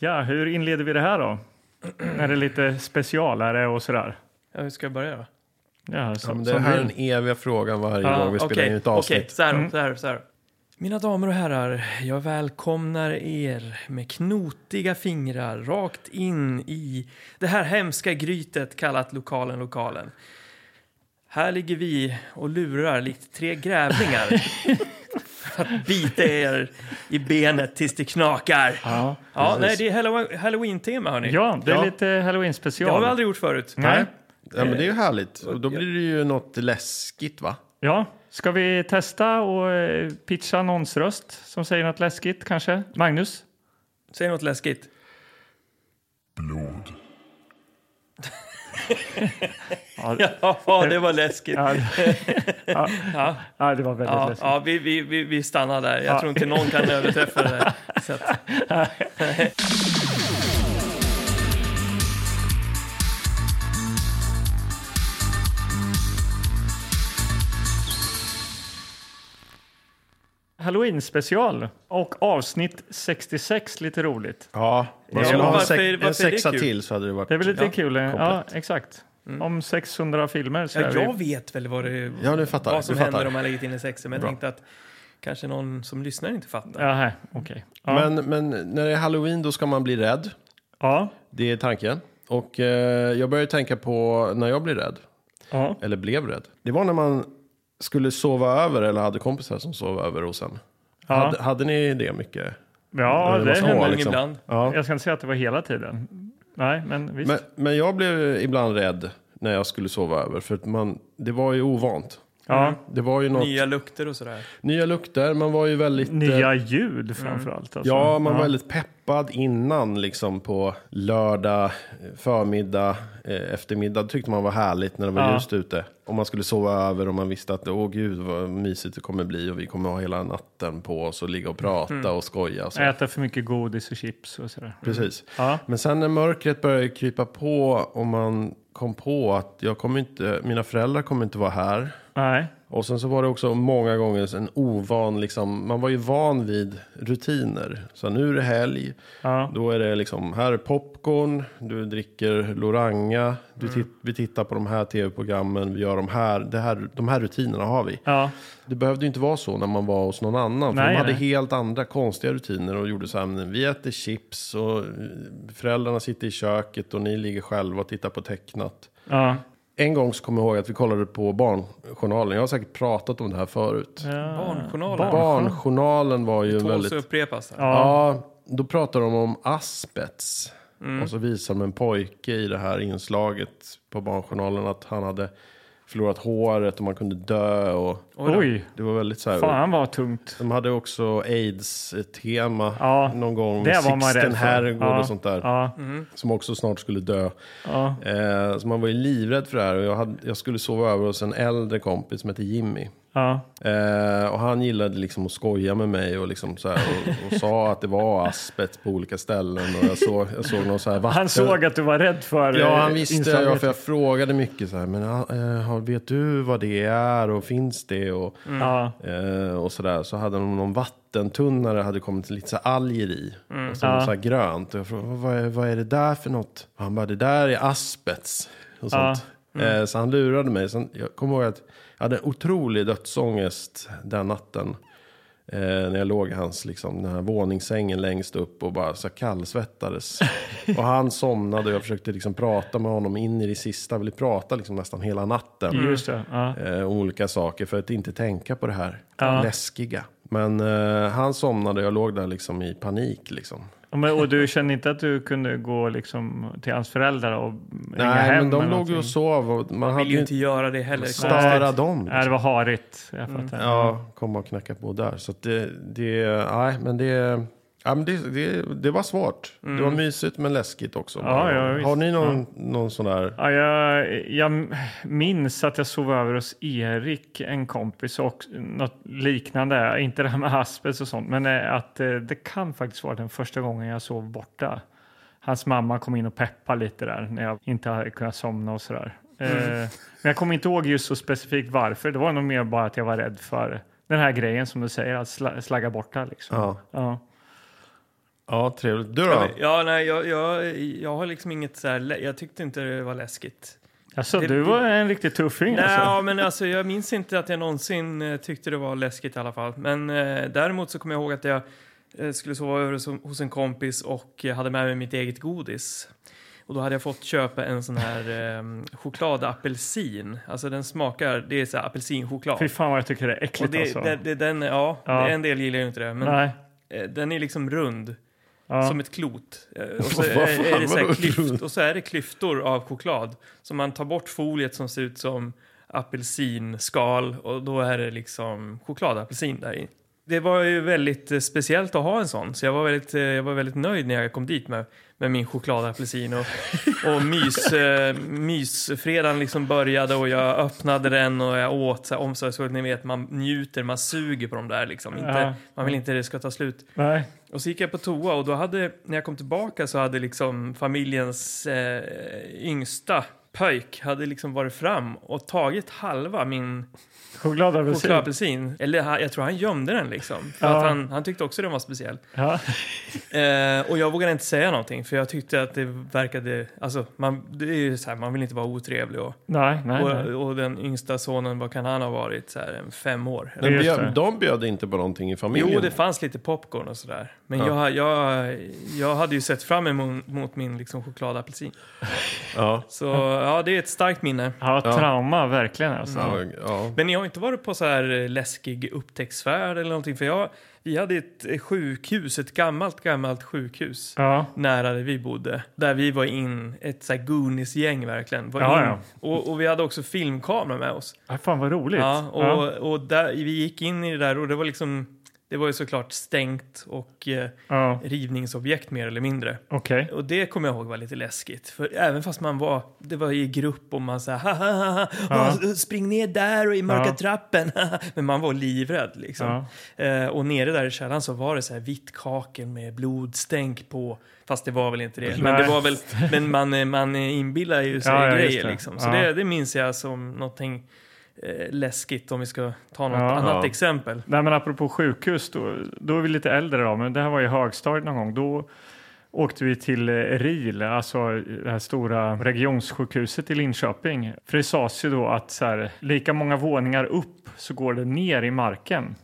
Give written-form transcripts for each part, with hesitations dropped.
Ja, hur inleder vi det här då? Är det lite specialare och sådär? Ja, hur ska jag börja då? Ja, det här är den eviga frågan varje gång vi spelar in ett avsnitt. Okej, så här. Mina damer och herrar, jag välkomnar er med knotiga fingrar rakt in i det här hemska grytet kallat lokalen. Här ligger vi och lurar likt 3 grävlingar för att bita er i benet tills det knakar. Ja, nej, det är Halloween-tema, hörni. Ja, det är lite Halloween-special. Det har vi aldrig gjort förut. Nej. Ja, men det är ju härligt. Och då blir det ju något läskigt, va? Ja, ska vi testa och pitcha någons röst som säger något läskigt kanske? Magnus? Säg något läskigt. Blod. Ja, det var läskigt. Ja, det var väldigt läskigt. Ja, vi stannar där. Jag tror inte någon kan överträffa det där. Så att... Halloween-special och avsnitt 66, lite roligt. Ja, man skulle ha en sexa till så hade det varit. Det är väl lite kul. komplett. Ja, exakt. Om 600 filmer så Ja, är jag vet väl vad som händer om man lägger in en sexa, men jag tänkte att kanske någon som lyssnar inte fattar. Jaha, okej. Ja. Men när det är Halloween då ska man bli rädd. Ja. Det är tanken. Och jag började tänka på när jag blev rädd. Ja. Eller blev rädd. Det var när man skulle sova över eller hade kompisar som sov över hos en. Ja. Hade ni det mycket? Ja, det små, hände liksom. ibland. Ja. Jag ska inte säga att det var hela tiden. Nej, men visst. Men jag blev ibland rädd när jag skulle sova över. För att det var ju ovant. Ja. Det var ju något... Nya lukter och sådär. Nya lukter, man var ju väldigt... Nya ljud framförallt. Alltså. Ja, man var väldigt peppad innan liksom på lördag, förmiddag, eftermiddag. Tyckte man var härligt när det var ljust ute. Om man skulle sova över och man visste att gud vad mysigt det kommer bli. Och vi kommer ha hela natten på oss och ligga och prata och skoja. Och så. Äta för mycket godis och chips och sådär. Precis. Ja. Men sen när mörkret började krypa på och man kom på att mina föräldrar kommer inte vara här. Nej. Och sen så var det också många gånger en ovan, liksom, man var ju van vid rutiner. Så nu är det helg, då är det liksom, här är popcorn, du dricker Loranga, vi tittar på de här tv-programmen, vi gör de här rutinerna har vi. Ja. Det behövde ju inte vara så när man var hos någon annan. För de hade helt andra konstiga rutiner och gjorde så här, vi äter chips och föräldrarna sitter i köket och ni ligger själva och tittar på tecknat. Ja. En gång så kommer jag ihåg att vi kollade på Barnjournalen. Jag har säkert pratat om det här förut. Barnjournalen var ju väldigt... Det upprepas. Ja, då pratar de om asbest. Och så visar de en pojke i det här inslaget på Barnjournalen att han hade förlorat håret och man kunde dö. Och Oj, det var väldigt så här... fan vad tungt. De hade också AIDS-tema någon gång. Det var man rädd Sixten för. Herrgård och sånt där. Ja. Som också snart skulle dö. Ja. Så man var ju livrädd för det här. Och jag skulle sova över hos en äldre kompis som heter Jimmy. Ja. Och han gillade liksom att skoja med mig och, liksom så här, och sa att det var asbet på olika ställen. Och jag såg någon så här vatten. Han såg att du var rädd för Ja, han visste. För jag frågade mycket så här. Men vet du vad det är och finns det? Och så där. Så hade de någon vattentunnare hade kommit lite så här alger i. Och så, så här grönt. Och jag frågade, vad är det där för något? Och han bara, det där är asbest. Och sånt. Så han lurade mig. Sen, jag kommer ihåg att jag hade en otrolig dödsångest den natten. När jag låg i hans liksom, den här våningssängen längst upp och bara så kallsvettades. Och han somnade och jag försökte liksom prata med honom in i det sista. Jag ville prata liksom nästan hela natten. Just det. Olika saker för att inte tänka på det här läskiga. Men han somnade och jag låg där liksom i panik liksom. Och du kände inte att du kunde gå liksom till hans föräldrar och ringa hem? Nej, men de låg ju och sov. Och man vill ju inte göra det heller. Störa dem. Liksom. Nej, det var harigt. Jag fattar. Ja, komma och knacka på där. Så att det var svårt. Det var mysigt men läskigt också. Har ni någon sån där? Ja, jag minns att jag sov över hos Erik, en kompis, och något liknande. Inte det här med asbest och sånt, men att det kan faktiskt vara den första gången jag sov borta. Hans mamma kom in och peppade lite där när jag inte hade kunnat somna och sådär. Men jag kommer inte ihåg just så specifikt varför. Det var nog mer bara att jag var rädd för den här grejen som du säger, att slagga borta liksom. Ja. Ja, trevligt. Du då? Jag har liksom inget så här... Jag tyckte inte det var läskigt. Alltså, du var en riktigt tuffing. Nej, alltså. men alltså, jag minns inte att jag någonsin tyckte det var läskigt i alla fall. Men däremot så kommer jag ihåg att jag skulle sova över hos en kompis och hade med mig mitt eget godis. Och då hade jag fått köpa en sån här chokladapelsin. Alltså den smakar, det är så här apelsinchoklad. Fy fan vad jag tycker det är äckligt. Och det är en del gillar ju inte det. Men den är liksom rund. Ja. Som ett klot. Och så är det så här och så är det klyftor av choklad. Så man tar bort foliet som ser ut som apelsinskal. Och då är det liksom chokladapelsin där i. Det var ju väldigt speciellt att ha en sån. Så jag var väldigt nöjd när jag kom dit med min chokladapelsin. Och mysfredagen liksom började och jag öppnade den och jag åt så här omsorgsfullt. Ni vet, man njuter, man suger på dem där liksom. Man vill inte att det ska ta slut. Nej. Och så gick jag på toa och då när jag kom tillbaka så hade liksom familjens yngsta pojk hade liksom varit fram och tagit halva min chokladapelsin. Eller jag tror han gömde den liksom. För att han tyckte också den var speciell. Ja. Och jag vågade inte säga någonting. För jag tyckte att det verkade... Alltså, det är ju så här, man vill inte vara otrevlig. Och den yngsta sonen, vad kan han ha varit? Så här, 5 år. De bjöd inte på någonting i familjen? Jo, det fanns lite popcorn och sådär. Men jag hade ju sett fram emot min liksom, chokladapelsin. Så det är ett starkt minne. Ja, trauma verkligen alltså. Men ni har inte varit på så här läskig upptäcktsfärd eller någonting? För vi hade ett sjukhus, ett gammalt sjukhus nära där vi bodde. Där vi var ett så här Goonies-gäng verkligen. Och vi hade också filmkamera med oss. Fan vad roligt. Och där, vi gick in i det där och det var liksom... Det var ju såklart stängt och rivningsobjekt mer eller mindre. Okay. Och det kommer jag ihåg var lite läskigt. För även fast det var i grupp och man sa spring ner där och i mörka trappen. Men man var livrädd liksom. Och nere där i källaren så var det så här vitt kakel med blodstänk på. Fast det var väl inte det. Men det var väl, men man inbillar ju sig grejer liksom. Så det minns jag som någonting läskigt om vi ska ta något annat exempel. Nej, men apropå sjukhus då är vi lite äldre då, men det här var ju högstadiet någon gång. Då åkte vi till RIL, alltså det här stora regionssjukhuset i Linköping. För det sades ju då att så här, lika många våningar upp så går det ner i marken.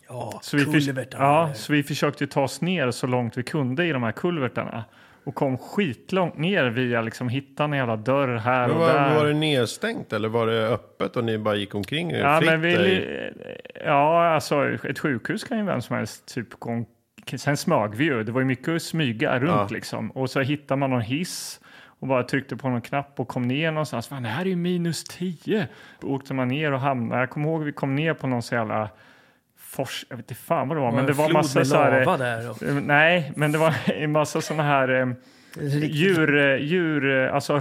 Så vi försökte ta oss ner så långt vi kunde i de här kulvertarna. Och kom skitlångt ner via liksom hitta en jävla dörr här och där. Var det nedstängt eller var det öppet och ni bara gick omkring fritt? Alltså ett sjukhus kan ju vem som helst typ sen smög vi ju. Det var ju mycket att smyga runt liksom. Och så hittade man någon hiss och bara tryckte på någon knapp och kom ner någonstans. Fan, det här är ju -10. Då åkte man ner och hamnade. Jag kommer ihåg vi kom ner på någon så jävla... jag vet inte fan vad det var, men det var massa så här, nej, men det var en massa såna här djur, alltså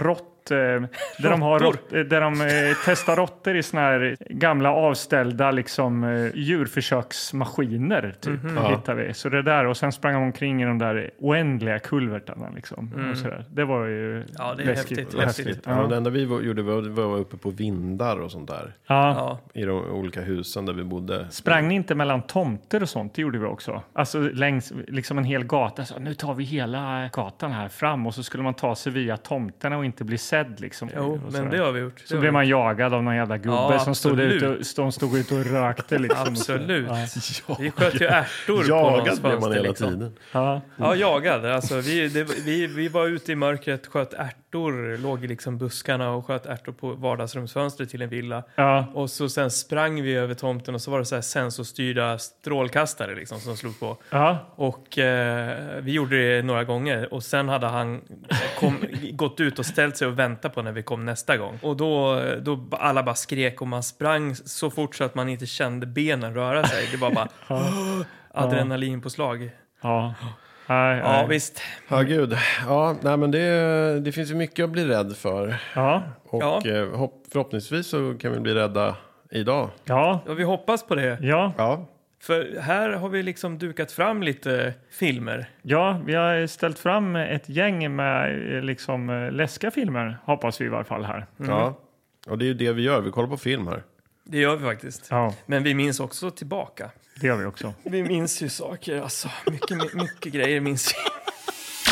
där de testar råttor i såna här gamla avställda liksom djurförsöksmaskiner typ hittar vi. Så det där, och sen sprang de omkring i de där oändliga kulvertarna liksom och så där. Det var ju häftigt. Ja, det enda vi gjorde var uppe på vindar och sånt där. I de olika husen där vi bodde. Sprang ni inte mellan tomter och sånt? Det gjorde vi också. Alltså längs liksom en hel gata. Så, nu tar vi hela gatan här fram och så skulle man ta sig via tomterna och inte bli sedd liksom. Jo, men det har vi gjort. Så blev man jagad av någon jävla gubbe som stod ut och rökte liksom. Absolut. Vi sköt ju ärtor på jagad blev man hela tiden. Ja, jagad. Alltså, vi var ute i mörkret, sköt ärtor, låg i liksom buskarna och sköt ärtor på vardagsrumsfönstret till en villa. Och så sen sprang vi över tomten och så var det så här sensorstyrda strålkastare liksom som slog på. Och vi gjorde det några gånger och sen hade han gått ut och ställt sig och vänta på när vi kom nästa gång. Och då alla bara skrek och man sprang så fort så att man inte kände benen röra sig. Det var bara adrenalin på slag. Ja, visst. Ja, gud. Ja, nej, men det finns ju mycket att bli rädd för. Och förhoppningsvis så kan vi bli rädda idag. Ja, vi hoppas på det. Ja. För här har vi liksom dukat fram lite filmer. Ja, vi har ställt fram ett gäng med liksom läskiga filmer, hoppas vi i varje fall här. Ja, och det är ju det vi gör. Vi kollar på film här. Det gör vi faktiskt. Ja. Men vi minns också tillbaka. Det gör vi också. Vi minns ju saker, alltså. Mycket grejer minns vi.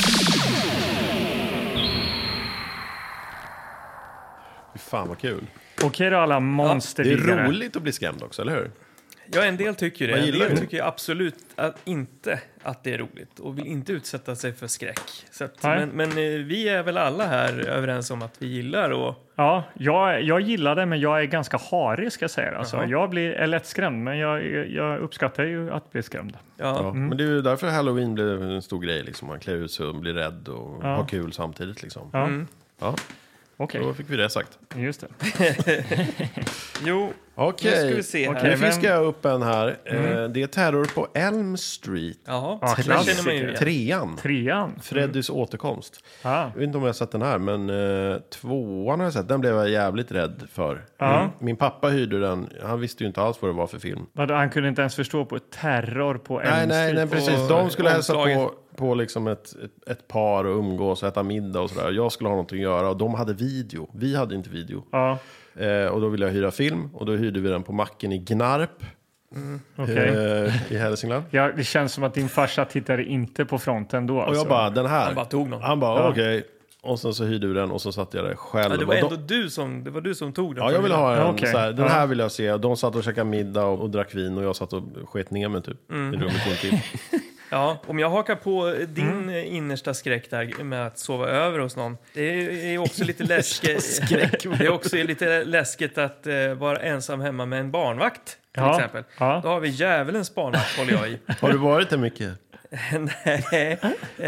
Fan vad kul. Okej då, alla Det monsterliggare. är roligt att bli skrämd också, eller hur? Ja, en del tycker Vad det. gillar En del du? tycker absolut inte att det är roligt och vill inte utsätta sig för skräck. Så att, Nej. men vi är väl alla här överens om att vi gillar och Ja, jag gillar det, men jag är ganska harig ska jag säga. Alltså, jag är lättskrämd, men jag uppskattar ju att bli skrämd. Ja. Men det är ju därför Halloween blev en stor grej. Liksom. Man klär ut sig och blir rädd och har kul samtidigt. Liksom. Ja, Ja, okej. då fick vi det sagt. Just det. Jo, Okej, nu ska vi se här. Okej. nu fiskar jag upp en här. Det är terror på Elm Street. Jaha, Ja, det känner man ju igen. Trean. 3:an. Freddys återkomst. Ja. Jag vet inte om jag har sett den här, men 2:an har jag sett. Den blev jag jävligt rädd för. Ja. Min pappa hyrde den. Han visste ju inte alls vad det var för film. Vadå, han kunde inte ens förstå på terror på Elm Nej, Street. precis. De skulle hälsa omslaget. på liksom ett par och umgås och äta middag och sådär. Jag skulle ha något att göra och de hade video. Vi hade inte video. Ja, Och då ville jag hyra film och då hyrde vi den på macken i Gnarp okej. i Hälsingland. Ja, det känns som att din farsa tittade inte på fronten då. Och Alltså. jag bara, den här. Han bara tog någon. Han bara, okej. Och sen så hyrde vi den och så satt jag där själv. Ja, det var Och ändå du som tog den. Ja, jag ville ha en Okej. så här, den Ja. här vill jag se. De satt och käkade middag och drack vin och jag satt och sket ner mig typ. I rummet intill. Ja, om jag hakar på din innersta skräck där med att sova över hos någon. Det är också lite läskigt. Det är också lite läskigt att vara ensam hemma med en barnvakt till exempel. Ja. Då har vi djävulens barnvakt håller jag i. Har du varit där mycket? Nej,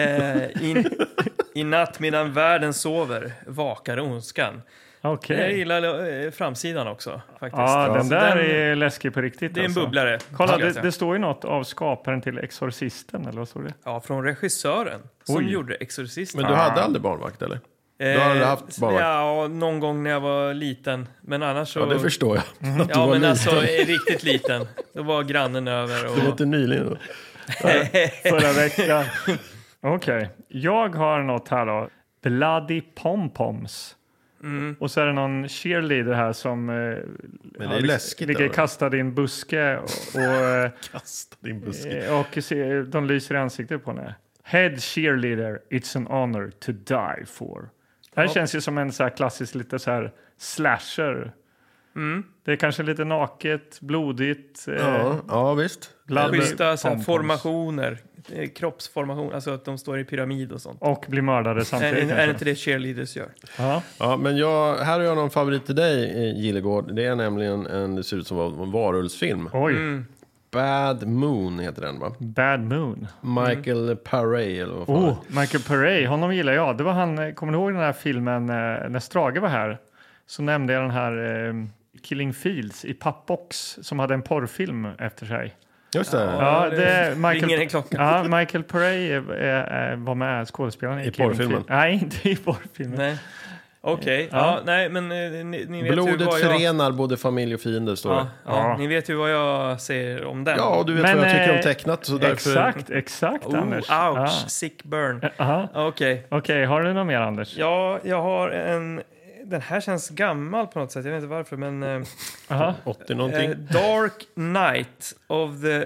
i natt medan världen sover vakar ondskan. Okej. Jag gillar framsidan också faktiskt. Ja, den Så där är läskig på riktigt. det är en alltså. bubblare. Kolla, ska jag säga. det står ju något av skaparen till Exorcisten, eller vad står det? Ja, från regissören som Oj. gjorde Exorcisten. Men du hade aldrig barnvakt eller? Du har aldrig haft barnvakt? Ja, någon gång när jag var liten. Men annars så... Ja, det förstår jag. Att du Ja, var men liten. alltså riktigt liten. Då var grannen över och... Det var inte nyligen då. Förra veckan. Okej. Jag har något här då. Bloody Pompoms. Och så är det någon cheerleader här som det är läskigt, ligger eller? kastad i en buske och Kasta din buske. de lyser i ansiktet på henne. Head cheerleader, it's an honor to die for. Det här känns ju som en så här klassisk lite så här slasher. Det är kanske lite naket, blodigt. Ja, visst. Bloody Schyssta så här, Pompoms. formationer. Kroppsformation. Alltså att de står i pyramid och sånt. Och blir mördade samtidigt. Är det kanske. inte det cheerleaders gör? Ja. Ja, men här har jag någon favorit till dig, Gillegård. Det är nämligen det ser ut som en varulvsfilm. Oj, Bad Moon heter den, va? Bad Moon. Michael Paré, eller vad fan det är. Michael Paré, honom gillar jag. Det var han, kommer du ihåg den här filmen när Strage var här? Så nämnde jag den här Killing Fields i pappbox som hade en porrfilm efter sig. Just det. Ja, det är ringer en klocka. Ja, Michael Paré var med, skådespelaren i Killing porrfilmen? Fields. Nej, inte i porrfilmen. Nej. Okej. Ja, nej, men ni vet ju Blodet vad jag... förenar både familj och fiender, står det. Ja, ni vet ju vad jag säger om den. Ja, och du vet Men, vad jag tycker om tecknat. Så därför... Exakt Oh, Anders. ouch, sick burn. Ja. Okej. Okej, har du något mer Anders? Ja, jag har en... Den här känns gammal på något sätt. Jag vet inte varför, men... Aha. 80 någonting. Dark Night of the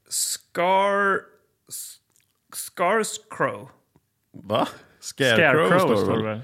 Scarecrow. Va? Scarecrow står det väl?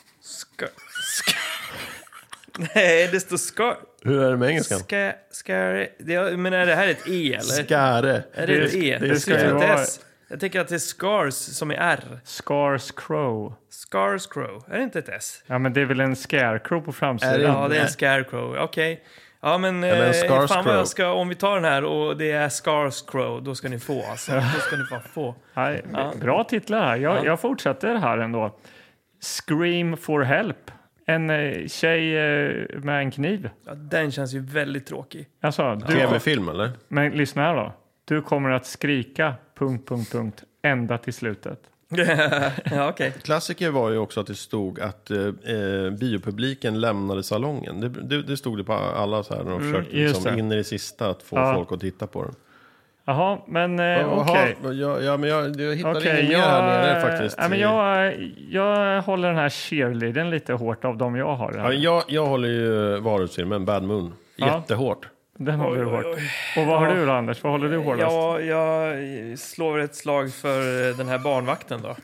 Nej, det står Scar... Hur är det med engelskan? Men är det här ett E, eller? Skare. Är det ett E? det ska är ju ett vara- S. Jag tänker att det är Scars som är R. Scars Crow. Scarecrow. Är det inte ett S? Ja, men det är väl en scarecrow på framsidan. Ja, det är en Scarecrow. Okej. Ja, men Eller en fan vad Scarecrow. jag ska... Om vi tar den här och det är Scarecrow, då ska ni få alltså. Då ska ni fan få. Nej, bra titlar här. Jag fortsätter här ändå. Scream for help. En tjej med en kniv. Ja, den känns ju väldigt tråkig. Alltså, TV-film, eller? men lyssna här då. Du kommer att skrika ... ända till slutet. Ja, okej. Klassiker var ju också att det stod att biopubliken lämnade salongen. Det stod det på alla så här när de försökte just liksom, det. in i det sista att få Ja. folk att titta på den. Jaha, men Jaha, okej. Ja, men jag hittade Okej, inget mer här nere faktiskt. ja, men jag håller den här cheerleadern lite hårt av dem jag har. Ja, jag håller ju varulvsfilmen Bad Moon jättehårt. Den håller du hårt. Och vad har du då, Anders? Vad håller du hårdast? Ja, jag slår ett slag för den här barnvakten då.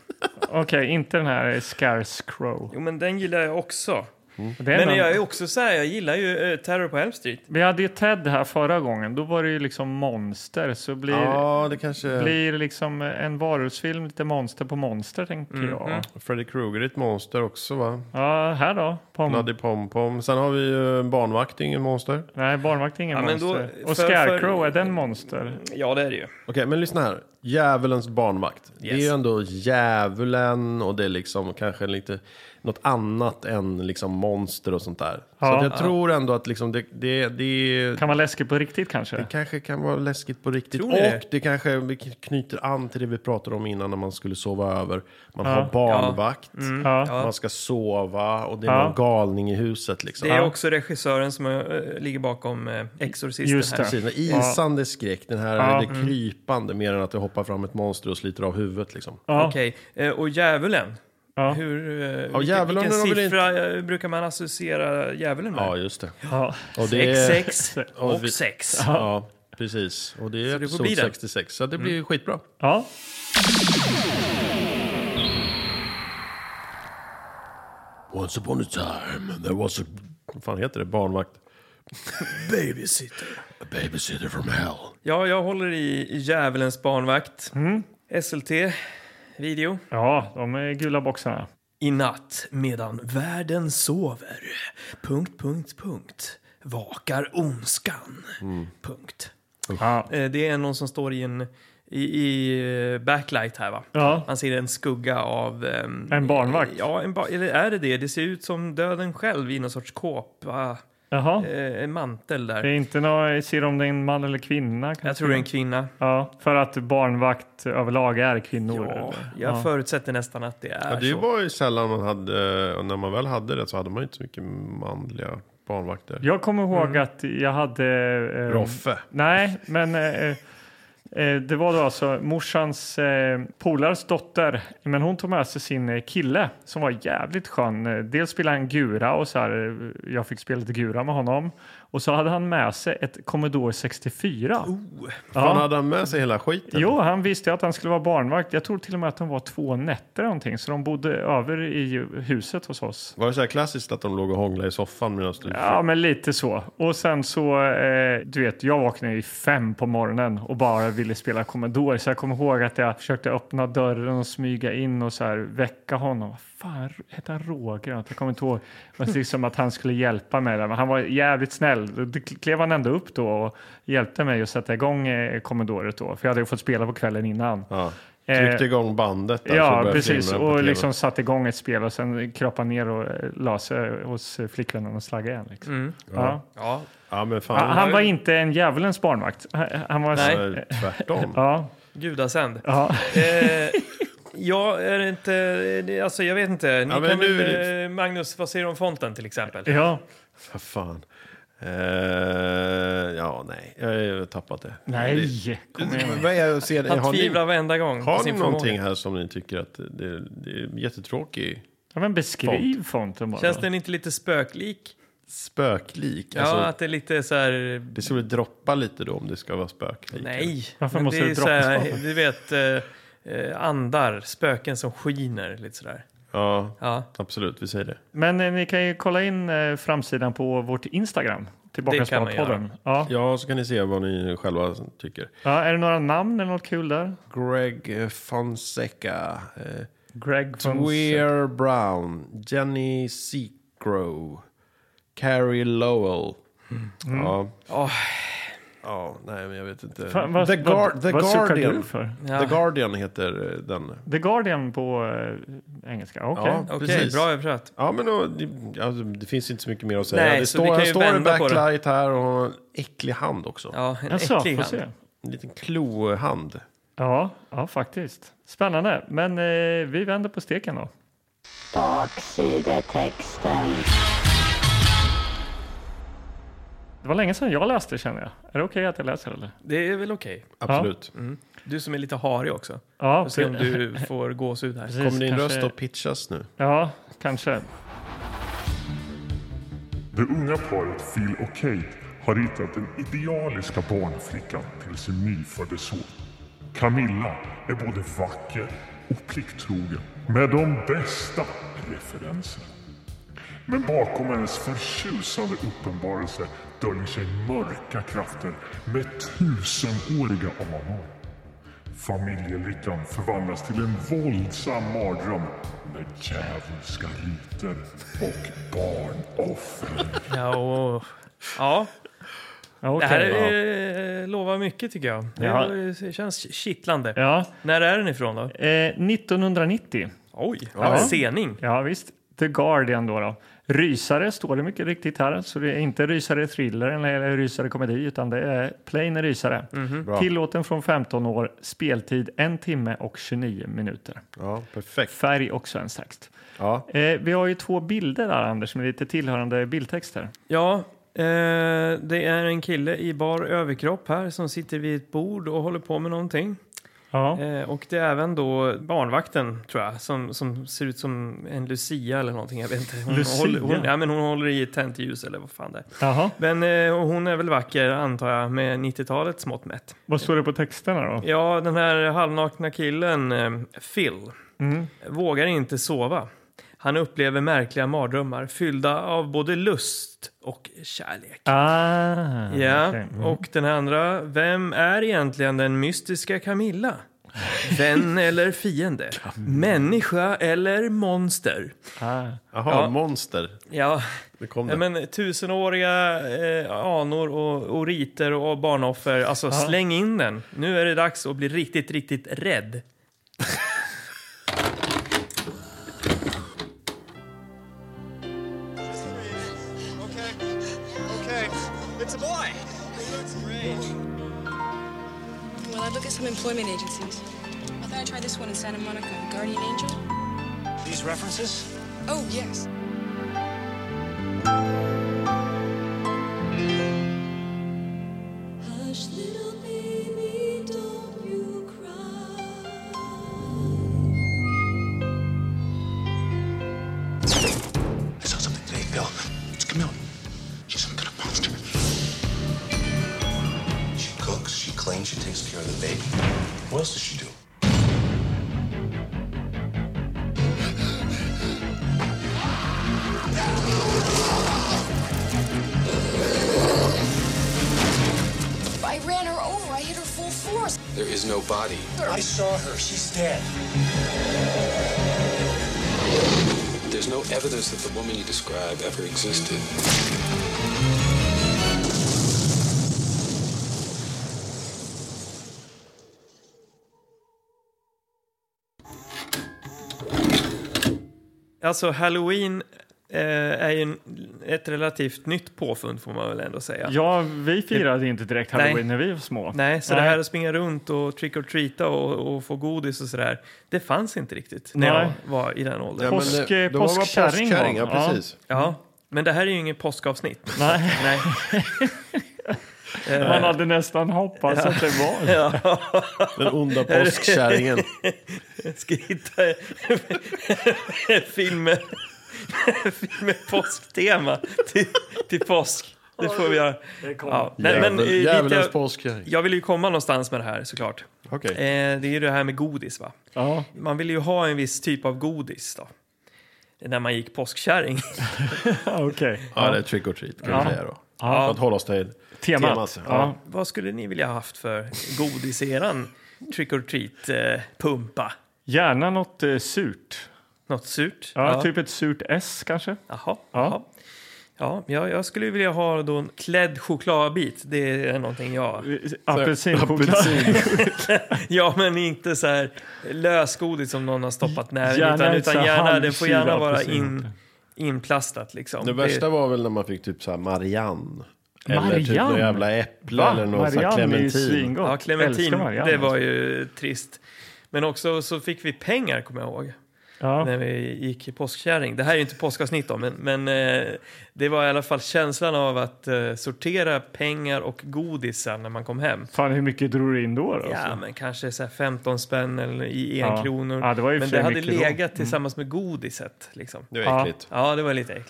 Okej, inte den här Scarecrow. Jo, men den gillar jag också. Det är Men jag är också så här, jag gillar ju Terror på Elm Street. Vi hade ju Ted här förra gången. Då var det ju liksom monster. Så blir det kanske... blir liksom en varulvsfilm lite monster på monster, tänker jag. Freddy Krueger är ett monster också, va? Ja, här då. Bloody Pom-Pom. Sen har vi ju barnvakt, ingen monster. Nej, barnvakt är ingen men då, monster. Och Scarecrow, är den monster? Ja, det är det ju. Okej, men lyssna här. Djävulens barnvakt. Det är ju ändå djävulen och det är liksom kanske lite något annat än liksom monster och sånt där. Så att jag tror ändå att liksom det kan vara läskigt på riktigt kanske. Det kanske kan vara läskigt på riktigt. Tror ni? Och det kanske knyter an till det vi pratade om innan när man skulle sova över. Man har barnvakt, man ska sova och det är någon galning i huset. Liksom. Det är också regissören som ligger bakom Exorcisten. Just det. här. Precis, isande skräck, den här är det krypande mer än att det hoppar fram ett monster och sliter av huvudet. Liksom. Okej, och djävulen. Vilken siffra brukar man associera djävulen med? Ja, just det. Ja. Och det är 6 och 6. Ja, precis. Och det är episod 66, så det blir skitbra. Ja. Once upon a time there was a... Vad fan heter det? Barnvakt. Babysitter. A babysitter from hell. Ja, jag håller i djävulens barnvakt. SLT. Video. Ja, de är gula boxarna. I natt medan världen sover. ... Vakar ondskan. Ja. Det är någon som står i backlight här, va? Ja. Man ser en skugga av... En barnvakt. Ja, eller är det? Det ser ut som döden själv i någon sorts kåpa. Jaha. En mantel där. Det är inte ser om det är en man eller kvinna? Jag tror det är en kvinna. Ja, för att barnvakt överlag är kvinnor. Ja, jag förutsätter nästan att det är det så. var ju sällan man hade, och när man väl hade det så hade man inte så mycket manliga barnvakter. Jag kommer ihåg att jag hade... Roffe. Nej, men det var då alltså morsans polars dotter. Men hon tog med sig sin kille som var jävligt skön. Dels spelade han gura och så här, jag fick spela lite gura med honom. Och så hade han med sig ett Commodore 64. Fan, hade han med sig hela skiten? Jo, han visste att han skulle vara barnvakt. Jag tror till och med att de var 2 nätter eller någonting. Så de bodde över i huset hos oss. Var det så här klassiskt att de låg och hånglade i soffan medan du... Ja, men lite så. Och sen så, du vet, jag vaknade i 5 på morgonen och bara ville spela Commodore. Så jag kommer ihåg att jag försökte öppna dörren och smyga in och så här väcka honom. Vad fan, hette han Roger? Jag kommer inte ihåg. Det var liksom att han skulle hjälpa mig där. Men han var jävligt snäll. Det klev han ändå upp då och hjälpte mig att sätta igång Commodore då. För jag hade ju fått spela på kvällen innan. Ja. Tryckte igång bandet där. Ja, precis. Och liksom satte igång ett spel och sen kröp han ner och la sig hos flickvännen och slaggade igen. Liksom. Ja, men fan. Han var inte en djävulens barnvakt. Han var tvärtom. Ja. Gudasänd. Ja. Ja, är det inte... Alltså, jag vet inte. Ni kan väl, Magnus, vad säger du om fonten till exempel? Ja. Vad fan. Ja, nej. Jag har tappat det. Nej. Han tvivlar varenda gång. Har ni någonting här som ni tycker att det är jättetråkigt? Ja, men beskriv fonten bara. Känns den inte lite spöklik? Spöklik? Ja, alltså, att det är lite så här... Det skulle droppa lite då om det ska vara spöklik. Nej. Varför måste det droppa? Här, du vet, andar, spöken som skiner lite sådär. Ja, absolut, vi säger det. Men ni kan ju kolla in framsidan på vårt Instagram. Tillbaka-podden. Ja, så kan ni se vad ni själva tycker. Ja, är det några namn eller något kul där? Greg Fonseca. Greg Tweer Brown. Jenny Seacrow. Carrie Lowell. Ja, nej, men jag vet inte. Vad Guardian. För? Ja. The Guardian heter den. The Guardian på engelska. Okej, bra översatt. Ja, men det finns inte så mycket mer att säga. Nej, det står en backlight här och en äcklig hand också. Ja, en äcklig hand. En liten klohand. Ja, faktiskt. Spännande. Men vi vänder på steken då. Baksidetexten. Det var länge sedan jag läste, känner jag. Är det okej att jag läser, eller? Det är väl okej. Absolut. Ja. Mm. Du som är lite harig också. Ja. Se om du får gås ut här. Precis, kommer din röst att pitchas nu? Ja, kanske. Det unga paret Phil och Kate har hittat den idealiska barnflickan till sin nyfödde son. Camilla är både vacker och plikttrogen med de bästa referenserna. Men bakom hennes förtjusande uppenbarelse döljer sig mörka krafter med 1000-åriga anor. Familjelyckan förvandlas till en våldsam mardröm med djävulska riter och barnoffer. Ja. Okay, det här lovar mycket tycker jag. Det känns kittlande. Ja. När är den ifrån då? 1990. Oj, Ja. sening. Ja, visst. The Guardian då. Rysare står det mycket riktigt här. Så det är inte rysare thriller eller rysare komedi, utan det är plain rysare. Tillåten från 15 år, speltid 1 timme och 29 minuter. Ja, perfekt. Färg och svensk text. Ja. Vi har ju 2 bilder där, Anders, med lite tillhörande bildtexter. Ja, det är en kille i bar överkropp här som sitter vid ett bord och håller på med någonting. Ja. Och det är även då barnvakten, tror jag, som ser ut som en Lucia eller någonting. Jag vet inte. Hon håller i ett tänt ljus eller vad fan det är. Jaha. Men hon är väl vacker, antar jag, med 90-talets smått mätt. Vad står det på texterna då? Ja, den här halvnakna killen, Phil, vågar inte sova. Han upplever märkliga mardrömmar fyllda av både lust och kärlek. Ja, okay. och den andra, vem är egentligen den mystiska Camilla? Vän eller fiende? Människa eller monster? Jaha, monster. Ja, Det kom det. men 1000-åriga anor och riter och barnoffer. Alltså släng in den. Nu är det dags att bli riktigt, riktigt rädd. It's a boy. Well, I'd look at some employment agencies. I thought I'd try this one in Santa Monica, Guardian Angel. These references? Oh, yes. Hush, little baby, don't you cry. I saw something today, Phil. It's Camille. She's some kind of monster. She cooks, she cleans, she takes care of the baby. What else does she do? I ran her over. I hit her full force. There is no body. I saw her. She's dead. There's no evidence that the woman you describe ever existed. Alltså Halloween är ju ett relativt nytt påfund, får man väl ändå säga. Ja, vi firade inte direkt Halloween när vi var små. Nej, så det här att springa runt och trick or treata och få godis och sådär, det fanns inte riktigt när jag var i den åldern. Påskkärring, ja, precis. Ja, men det här är ju ingen påskavsnitt. Nej. Nej. Man hade nästan hoppats att det var. Ja. Den onda påskkärringen. Jag ska hitta en film med påsktema till påsk. Det får vi göra. Ja. Djävulens påskkärring. Jag vill ju komma någonstans med det här, såklart. Okay. Det är ju det här med godis, va? Ja. Man vill ju ha en viss typ av godis då. När man gick påskkärring. Okay. Ja, det är trick or treat, kan vi säga då. Ja. För att hålla oss till temat. Ja. Vad skulle ni vilja ha haft för godis i eran trick or treat pumpa? Gärna något surt. Något surt? Ja, typ ett surt S kanske. Jaha. Ja, jag skulle vilja ha då en klädd chokladbit. Det är någonting jag... Apelsinchoklad. Ja, men inte så här lösgodis som någon har stoppat näven. Gärna Utan gärna, det får halvsyra gärna vara apelsin. inplastat liksom. Det värsta var väl när man fick typ så här Marianne. Eller typ något jävla äpple. Va? Eller någon sån här clementin. Ja, clementin, Marianne, det var ju trist. Men också så fick vi pengar, kommer jag ihåg. Ja. När vi gick i påskkärring. Det här är ju inte påskavsnitt då, men det var i alla fall känslan av att sortera pengar och godisar när man kom hem. Fan, hur mycket drog du in då? Ja, alltså? men kanske så här 15 spänn eller i 1 kronor. Ja, det var ju men det hade legat tillsammans med godiset. Liksom. Det var äckligt. Ja, det var lite äckligt.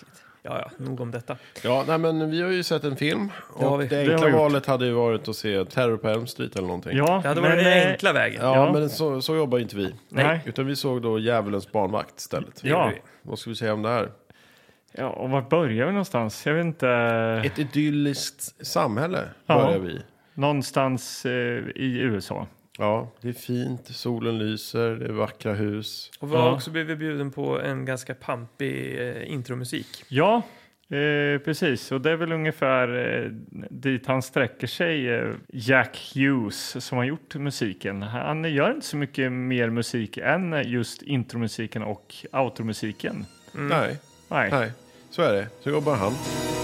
Ja, nog om detta. Ja, nej, men vi har ju sett en film. har Och vi. det Det har enkla vi gjort. valet hade ju varit att se Terror på Elm Street eller någonting. Ja, Det hade varit den enkla vägen. Ja, men så jobbar inte vi. Nej. Utan vi såg då Djävulens barnvakt istället. Ja. Vad ska vi säga om det här? Ja, och var börjar vi någonstans? Jag vet inte. Ett idylliskt samhälle Ja. börjar vi. Någonstans i USA. Ja, det är fint. Solen lyser, det är vackra hus. Och vi har också blivit bjuden på en ganska pampig intromusik. Ja, precis. Och det är väl ungefär dit han sträcker sig, Jack Hughes, som har gjort musiken. Han gör inte så mycket mer musik än just intromusiken och outromusiken. Nej, Nej. så är det. Så jobbar han.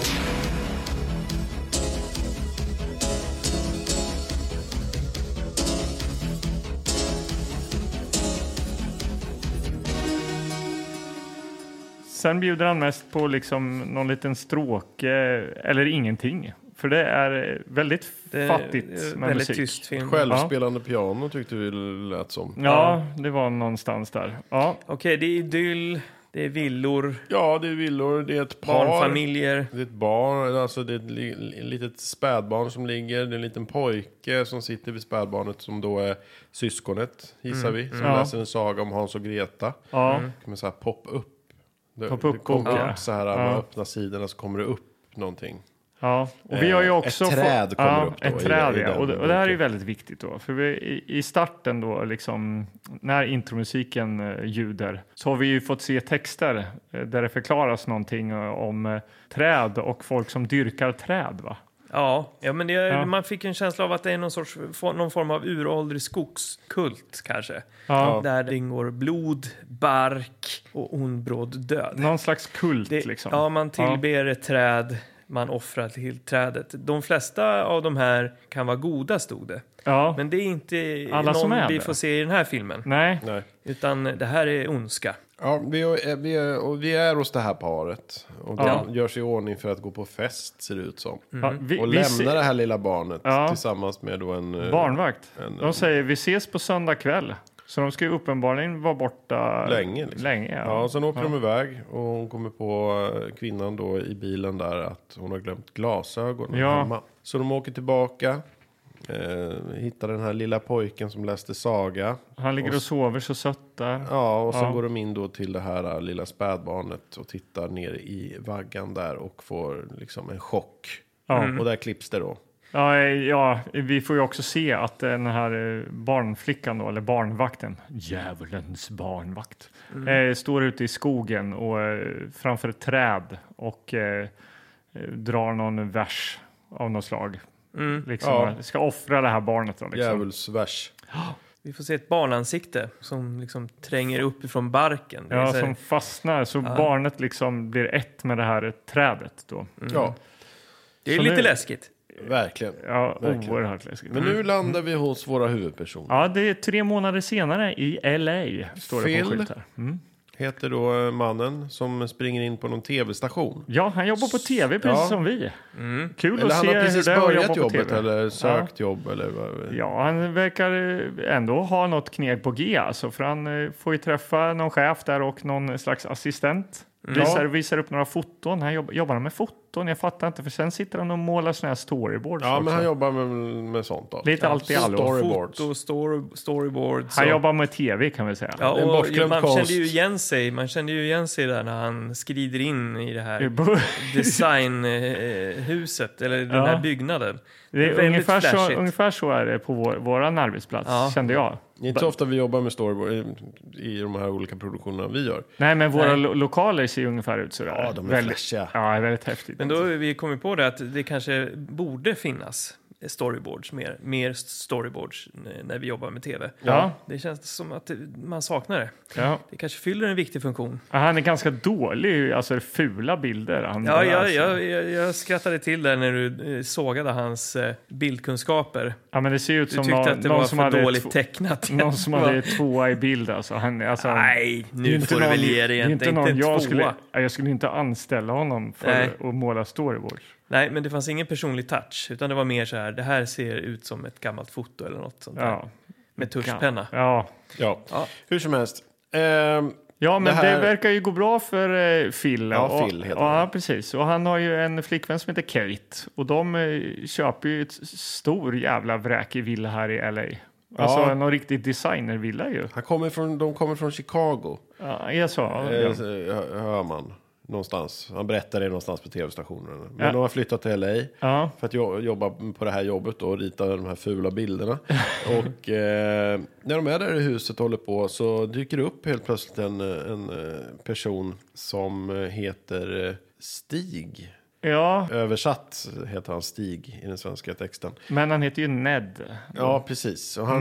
Sen bjuder han mest på liksom någon liten stråke eller ingenting. För det är väldigt fattigt med väldigt musik. tyst film. Självspelande piano tyckte vi lät som. Ja, det var någonstans där. Ja, Okej, det är idyll, det är villor, Ja, det är villor, det är ett par. barnfamiljer. Det är ett barn, alltså det är ett litet spädbarn som ligger. Det är en liten pojke som sitter vid spädbarnet som då är syskonet, gissar vi. Som Ja. läser en saga om Hans och Greta. ja. Kan man säga pop-up. Det Pop-up kommer bok, ja. upp så här, när man öppnar sidorna så kommer det upp någonting. Ja, och vi har ju också ett träd kommer upp då ett träd, i ja. den Och det här är ju boken. väldigt viktigt då. För i starten då, liksom, när intromusiken ljuder, så har vi ju fått se texter där det förklaras någonting om träd och folk som dyrkar träd, va? Ja, men man fick en känsla av att det är någon form av uråldrig skogskult kanske. Ja. Där det ingår blod, bark och ondbråd död. Någon slags kult, liksom. Ja, man tillber ett träd, man offrar till trädet. De flesta av de här kan vara goda, stod det. Ja. Men det är inte Alla som någon är vi det. får se i den här filmen. Nej. Nej. Utan det här är ondska. Ja, vi är hos det här paret. Och de gör sig i ordning för att gå på fest, ser det ut som. Ja, Och lämnar det här lilla barnet Ja. tillsammans med då en barnvakt. en- De säger vi ses på söndag kväll. Så de ska ju uppenbarligen vara borta Länge, liksom. länge, Ja, sen åker de iväg och hon kommer på kvinnan då i bilen där att hon har glömt glasögonen Ja. hemma. Så de åker tillbaka, hittar den här lilla pojken som läste saga. Han ligger och sover så sött där. Ja, och sen Ja. går de in då till det här lilla spädbarnet och tittar ner i vaggan där och får liksom en chock. Ja. Och där klipps det då. Ja, vi får ju också se att den här barnflickan då, eller barnvakten, djävulens barnvakt, står ute i skogen och framför ett träd och drar någon vers av något slag. Liksom, Ja. ska offra det här barnet då, liksom. Djävulsvers. Vi får se ett barnansikte som liksom tränger upp ifrån barken. Det är Ja, så här- som fastnar så barnet liksom blir ett med det här trädet då. Ja, det är så lite nu- läskigt. verkligen. Ja, Verkligen. oerhört läskigt. Men nu landar vi hos våra huvudpersoner. Ja, det är 3 månader senare i LA, står det på Phil. skyltar. Heter då mannen som springer in på någon tv-station. Ja, han jobbar på tv precis Ja. som vi. Kul Eller att han se har precis hur det är att börjat jobba på jobbet TV. eller sökt jobb eller vad. Ja, han verkar ändå ha något kneg på G, alltså, för han får ju träffa någon chef där och någon slags assistent. Visar upp några foton. Han jobbar med foton, jag fattar inte, för sen sitter han och målar såna här storyboards Ja, också. men han jobbar med sånt då. Lite allt i allo. Storyboards. Foto, storyboards. Han och- jobbar med tv, kan vi säga. Ja, En och bortglömd man konst. kände ju igen sig där när han skrider in i det här Det designhuset, eller den här byggnaden. är Väldigt flashigt. ungefär så är det på våran arbetsplats, Ja. kände jag. Det är inte så ofta vi jobbar med storyboard i de här olika produktionerna vi gör. Nej, men våra lokaler ser ungefär ut sådär. Ja, de är väldigt, flashiga. Ja, väldigt häftigt. Men då har vi kommit på det att det kanske borde finnas storyboards, mer storyboards när vi jobbar med tv. Ja. Det känns som att man saknar det. Ja. Det kanske fyller en viktig funktion. Ja, han är ganska dålig, alltså fula bilder. Jag skrattade till där när du sågade hans bildkunskaper. Ja, men det ser ut Du som tyckte att det någon var som för hade dåligt tecknat. någon som hade 2 i bild. Alltså. Nej, det är nu inte får du väl ge dig det är inte inte någon en jag tvåa. skulle inte anställa honom för Nej. att måla storyboards. Nej, men det fanns ingen personlig touch, utan det var mer så här, det här ser ut som ett gammalt foto eller något sånt där. Ja. Med tuschpenna. Ja. Ja, Ja. hur som helst. Ja, men det verkar ju gå bra för Phil. Ja, Phil heter han. Ja, precis. Och han har ju en flickvän som heter Kate. Och de köper ju ett stor jävla vräkig villa här i LA. Alltså någon riktig designervilla ju. De kommer från Chicago. Ja, jag sa. Hör man. Någonstans. Han berättar det någonstans på tv-stationen. Men de har flyttat till LA för att jobba på det här jobbet och rita de här fula bilderna. Och när de är där i huset och håller på så dyker det upp helt plötsligt en person som heter Stig. Ja. Översatt heter han Stig i den svenska texten. Men han heter ju Ned. Ja, precis. Och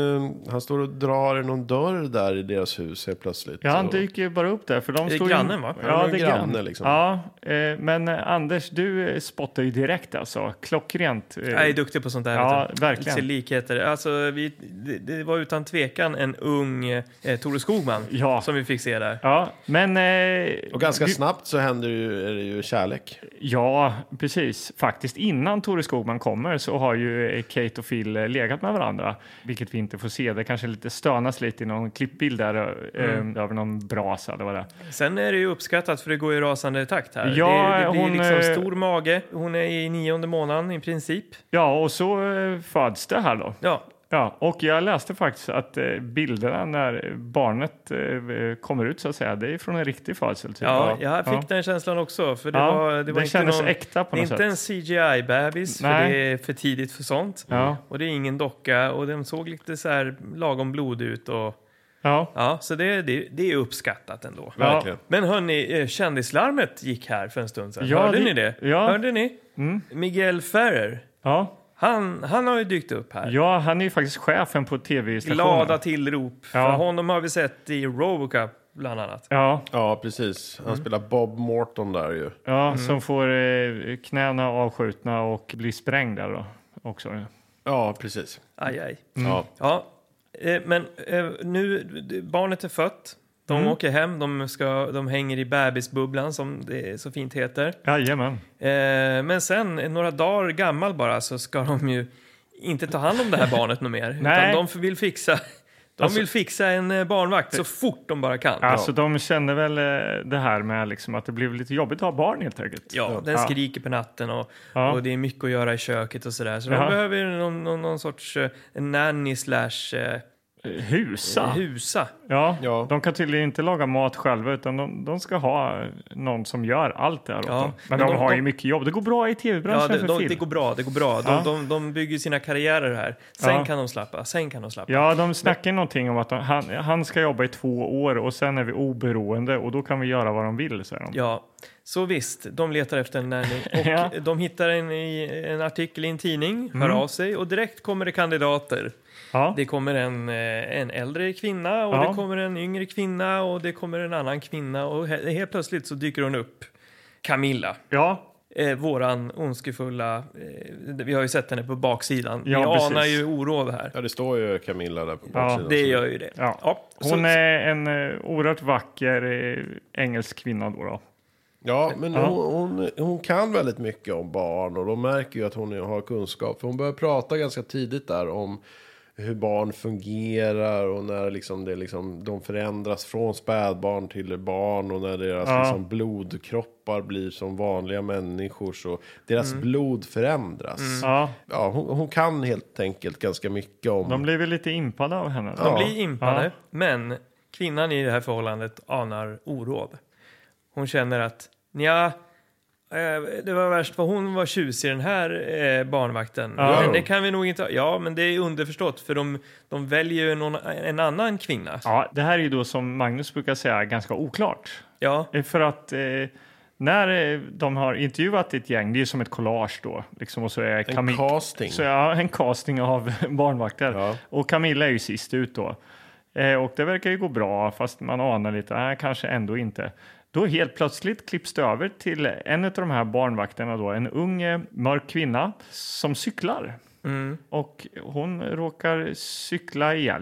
han står och drar i någon dörr där i deras hus helt plötsligt. Ja, han dyker bara upp där. För de det är står grannen, va? Ja, det är granne liksom. Ja, men Anders, du spottar ju direkt alltså. Klockrent. Jag är duktig på sånt där. Ja, verkligen. Lite likheter. Alltså, det var utan tvekan en ung Tore Skogman som vi fick se där. Ja, men... och ganska snabbt så är det ju kärlek. Ja, precis. Faktiskt innan Tore Skogman kommer så har ju Kate och Phil legat med varandra. Vilket vi inte får se. Det kanske lite stönas lite i någon klippbild där över någon brasa eller vad det är. Sen är det ju uppskattat för det går i rasande takt här. Ja, det blir hon, liksom stor mage. Hon är i 9:e månaden i princip. Ja, och så föds det här då. Ja, och jag läste faktiskt att bilderna när barnet kommer ut så att säga, det är från en riktig födsel. Typ. Ja, jag fick den känslan också. För det var kändes inte äkta på något sätt. Det är inte en CGI-bebis, för det är för tidigt för sånt. Ja. Och det är ingen docka, och den såg lite så här lagom blod ut. Och, ja, så det är uppskattat ändå. Verkligen. Men hörni, kändislarmet gick här för en stund sedan. Ja, Hörde ni det? Ja. Hörde ni? Miguel Ferrer. Ja. Han har ju dykt upp här. Ja, han är ju faktiskt chefen på tv-stationen. Glada tillrop. För honom har vi sett i Robocop bland annat. Ja, precis. Han spelar Bob Morton där ju. Ja, som får knäna avskjutna och blir sprängda då också. Ja, precis. Aj. Ja. Men nu, barnet är fött. De åker hem, de hänger i bebisbubblan som det så fint heter. Jajamän. Men sen, några dagar gammal bara, så ska de ju inte ta hand om det här barnet något mer. Nej. Utan de vill fixa en barnvakt så fort de bara kan. Alltså de känner väl det här med liksom att det blir lite jobbigt att ha barn helt enkelt. Ja, den skriker på natten och det är mycket att göra i köket och sådär. Så de behöver ju någon sorts nanny / Husa. Ja, de kan tydligen inte laga mat själva utan de ska ha någon som gör allt det här. Ja, men de har ju mycket jobb. Det går bra i tv-branschen för film. Det går bra. De bygger sina karriärer här. Sen kan de slappa. Ja, de snackar någonting om att han ska jobba i 2 år och sen är vi oberoende och då kan vi göra vad de vill, säger de. Ja, så visst. De letar efter en nanny och de hittar en artikel i en tidning, hör av sig och direkt kommer det kandidater. Ja. Det kommer en äldre kvinna och det kommer en yngre kvinna och det kommer en annan kvinna och helt plötsligt så dyker hon upp. Camilla. Ja. Våran ondskefulla, vi har ju sett henne på baksidan. Ja, vi anar precis. ju oråd här. Ja, det står ju Camilla där på baksidan. Det gör ju det. Ja. Hon är en oerhört vacker engelsk kvinna då. Ja, men hon kan väldigt mycket om barn och de märker ju att hon har kunskap. För hon börjar prata ganska tidigt där om hur barn fungerar och när de förändras från spädbarn till barn och när deras blodkroppar blir som vanliga människor så deras blod förändras. Ja, hon kan helt enkelt ganska mycket om... De blir väl lite impade av henne. De blir impade, men kvinnan i det här förhållandet anar oråd. Hon känner att det var värst vad hon var tjusig i den här barnvakten. Men det kan vi nog inte... Ja, men det är underförstått för de väljer ju en annan kvinna. Ja, det här är ju då som Magnus brukar säga ganska oklart. Ja. För att när de har intervjuat ett gäng, det är som ett collage då. Liksom, och så är en casting. Så en casting av barnvakter. Ja. Och Camilla är ju sist ut då. Och det verkar ju gå bra fast man anar lite, kanske ändå inte. Då helt plötsligt klipps det över till en av de här barnvakterna då, en ung mörk kvinna som cyklar. Och hon råkar cykla ihjäl sig.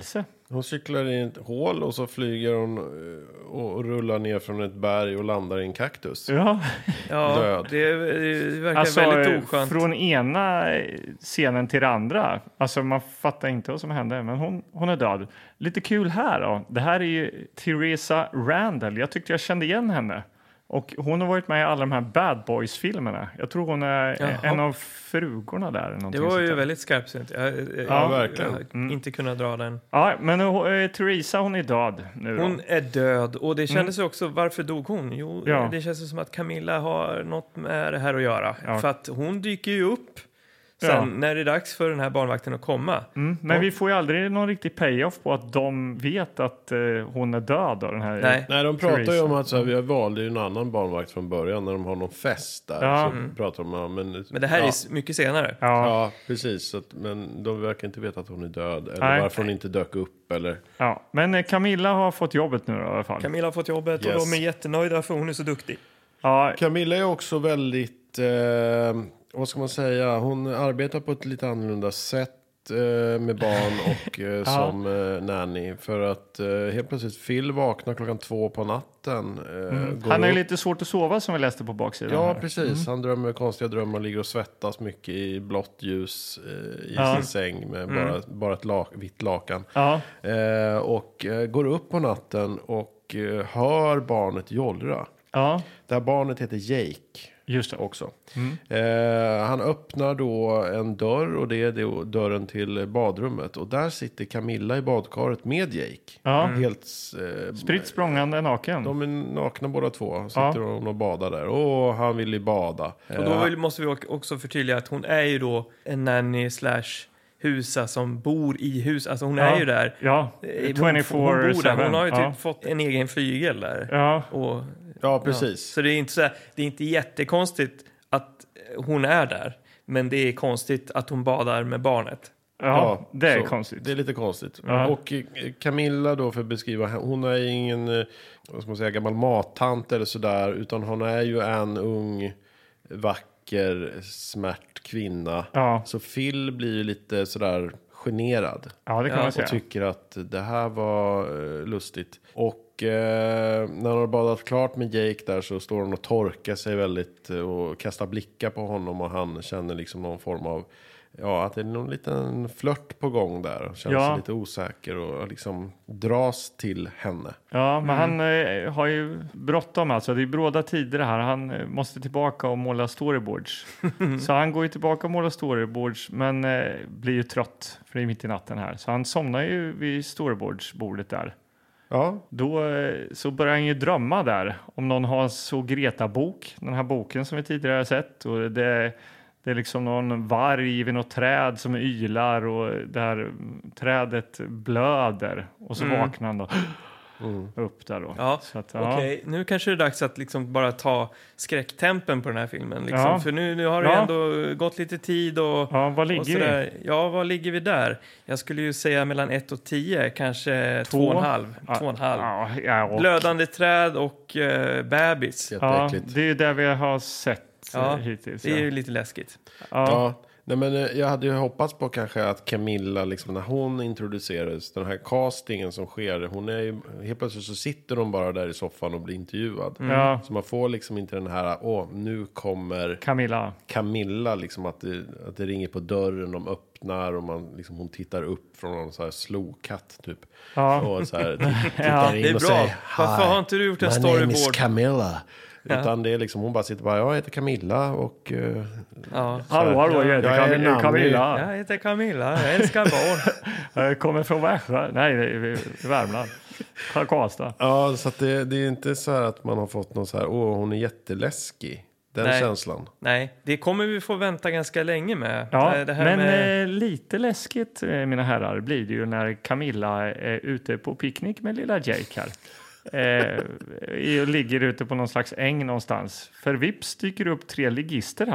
Hon cyklar i ett hål och så flyger hon och rullar ner från ett berg och landar i en kaktus. Ja, Död. Det verkar väldigt oskönt. Från ena scenen till den andra. Alltså man fattar inte vad som hände, men hon är död. Lite kul här då. Det här är ju Theresa Randall. Jag tyckte jag kände igen henne. Och hon har varit med i alla de här Bad Boys-filmerna. Jag tror hon är en av frugorna där. Det var ju väldigt skarpsynt. Ja, verkligen. Jag har inte kunnat dra den. Ja, men Theresa, hon är död nu då. Hon är död. Och det kändes också, varför dog hon? Jo, det känns som att Camilla har något med det här att göra. Ja. För att hon dyker ju upp sen när det är dags för den här barnvakten att komma. Men vi får ju aldrig någon riktig payoff på att de vet att hon är död. Den här Nej, de pratar ju om att så här, vi valde ju en annan barnvakt från början när de har någon fest där. Ja. Så pratar de om, men det här är mycket senare. Ja, precis. Så att, men de verkar inte veta att hon är död. Eller varför hon inte dök upp. Eller... Ja, men Camilla har fått jobbet nu då, i alla fall. Camilla har fått jobbet och de är jättenöjda för hon är så duktig. Ja. Camilla är också väldigt... vad ska man säga? Hon arbetar på ett lite annorlunda sätt med barn och som nanny. För att helt plötsligt Phil vaknar 2:00 på natten. Han är ju lite svårt att sova som vi läste på baksidan. Ja, precis. Han drömmer konstiga drömmar, ligger och svettas mycket i blått ljus i sin säng med bara ett vitt lakan. Ja. Och går upp på natten och hör barnet jollra. Ja. Det här barnet heter Jake. Just det. Också. Han öppnar då en dörr och det är då dörren till badrummet. Och där sitter Camilla i badkaret med Jake. Ja. Helt spritt språngande naken. De är nakna båda två. Sitter och badar där. Och han vill ju bada. Och då måste vi också förtydliga att hon är ju då en nanny / husa som bor i hus. Alltså hon är ju där. Ja, 24/7. Hon bor där. Hon har ju typ fått en egen flygel där. Ja. Ja, precis. Så det är inte det är inte jättekonstigt att hon är där. Men det är konstigt att hon badar med barnet. Ja, det är konstigt. Det är lite konstigt. Och Camilla då, för att beskriva, hon är ingen vad ska man säga, gammal mattant eller sådär. Utan hon är ju en ung, vacker, smärt kvinna. Ja. Så Phil blir ju lite sådär generad. Ja, det kan man säga. Och tycker att det här var lustigt. Och när hon har badat klart med Jake där så står hon och torkar sig väldigt och kastar blickar på honom och han känner liksom någon form av att det är någon liten flört på gång där. Känner sig lite osäker och liksom dras till henne. Ja, men han har ju bråttom alltså. Det är bråda tider här. Han måste tillbaka och måla storyboards. Så han går ju tillbaka och målar storyboards men blir ju trött för det är mitt i natten här. Så han somnar ju vid storyboardsbordet där. Ja. Då så börjar han ju drömma där om någon har Greta-bok, den här boken som vi tidigare har sett, och det är liksom någon varg vid något träd som ylar och det här trädet blöder och så vaknar han då upp där då. Ja, okej. Nu kanske det är dags att liksom bara ta skräcktempen på den här filmen. Liksom. För nu har det ändå gått lite tid och... Ja, vad ligger vi? Ja, vad ligger vi där? Jag skulle ju säga mellan 1 och 10, kanske 2,5. 2,5. Ja, blödande träd och bebis. Ja, det är ju det vi har sett hittills. Det är ju lite läskigt. Ja. Nej, men jag hade ju hoppats på kanske att Camilla, liksom, när hon introducerades, den här castingen som sker, hon är ju, helt plötsligt så sitter de bara där i soffan och blir intervjuad. Så man får liksom inte den här, nu kommer Camilla liksom, att det ringer på dörren, de öppnar och man, liksom, hon tittar upp från någon så här slowcut typ. Och så här, tittar in och säger, varför har inte du gjort en storyboard? My name is Camilla. Utan det är liksom, hon bara sitter bara, jag heter Camilla och... Hallå, jag heter Camilla. Jag heter Camilla, jag älskar barn. Jag kommer från Växjö, nej, Värmland. Karlstad. Ja, så att det är inte så här att man har fått någon så här, hon är jätteläskig. Den känslan. Nej, det kommer vi få vänta ganska länge med. Ja, det här men lite läskigt, mina herrar, blir det ju när Camilla är ute på picknick med lilla Jake här. Ligger ute på någon slags äng någonstans. För vips dyker upp 3 ligister här.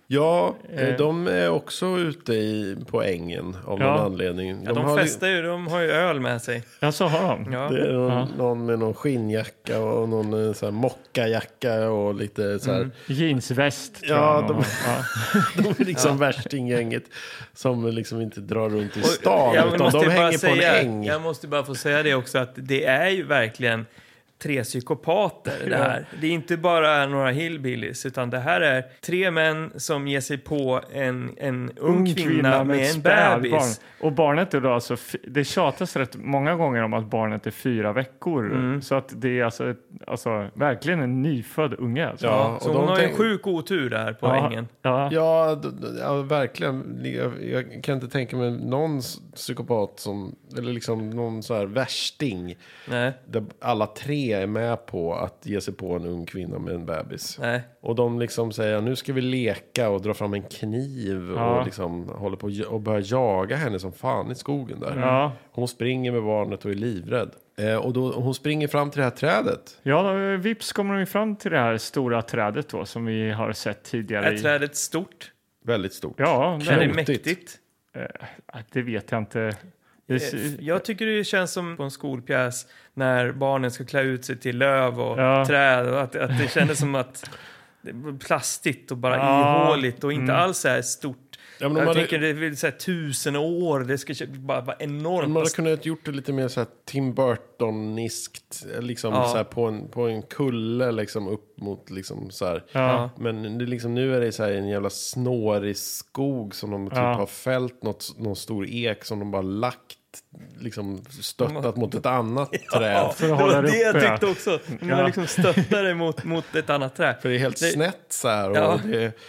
Ja, de är också ute på ängen av någon anledning. De festar ju, de har ju öl med sig. Ja, så har de. Ja. Det är någon med någon skinnjacka och någon så här mockajacka och lite så här... Jeansväst. Ja, de är liksom värstinggänget som liksom inte drar runt i stan, utan de hänger på en äng. Jag måste bara få säga det också, att det är ju verkligen 3 psykopater det här. Det är inte bara några hillbillies, utan det här är 3 män som ger sig på en ung kvinna med en bebis. Och barnet är då alltså, det tjatas rätt många gånger om att barnet är 4 veckor. Så att det är alltså verkligen en nyfödd unge. Alltså. Ja, så hon har en sjuk otur där på ängen. Ja, verkligen. Jag kan inte tänka mig någon psykopat som, eller liksom någon så här värsting. Nej. Där alla 3 är med på att ge sig på en ung kvinna med en bebis. Nej. Och de liksom säger, nu ska vi leka och dra fram en kniv och liksom håller på och börjar jaga henne som fan i skogen där. Ja. Hon springer med barnet och är livrädd. Och då hon springer fram till det här trädet. Ja, då, vips kommer de fram till det här stora trädet då, som vi har sett tidigare. Är trädet stort? Väldigt stort. Ja, Är det mäktigt? Det vet jag inte. Jag tycker det känns som på en skolpjäs när barnen ska klä ut sig till löv och träd. Och att det kändes som att det var plastigt och bara ihåligt och inte alls så här stort. Ja, jag tänker det är så här 1000 år. Det ska bara vara enormt. Man hade kunnat gjort det lite mer så här Tim Burtoniskt, liksom så här på en kulle liksom upp mot liksom så här. Ja. Men det liksom, nu är det så här en jävla snårig skog som de typ har fällt någon stor ek som de bara lagt liksom stöttat mot ett annat träd. För att hålla det jag tyckte också. De har liksom stöttat det mot ett annat träd. För det är helt snett så här. Och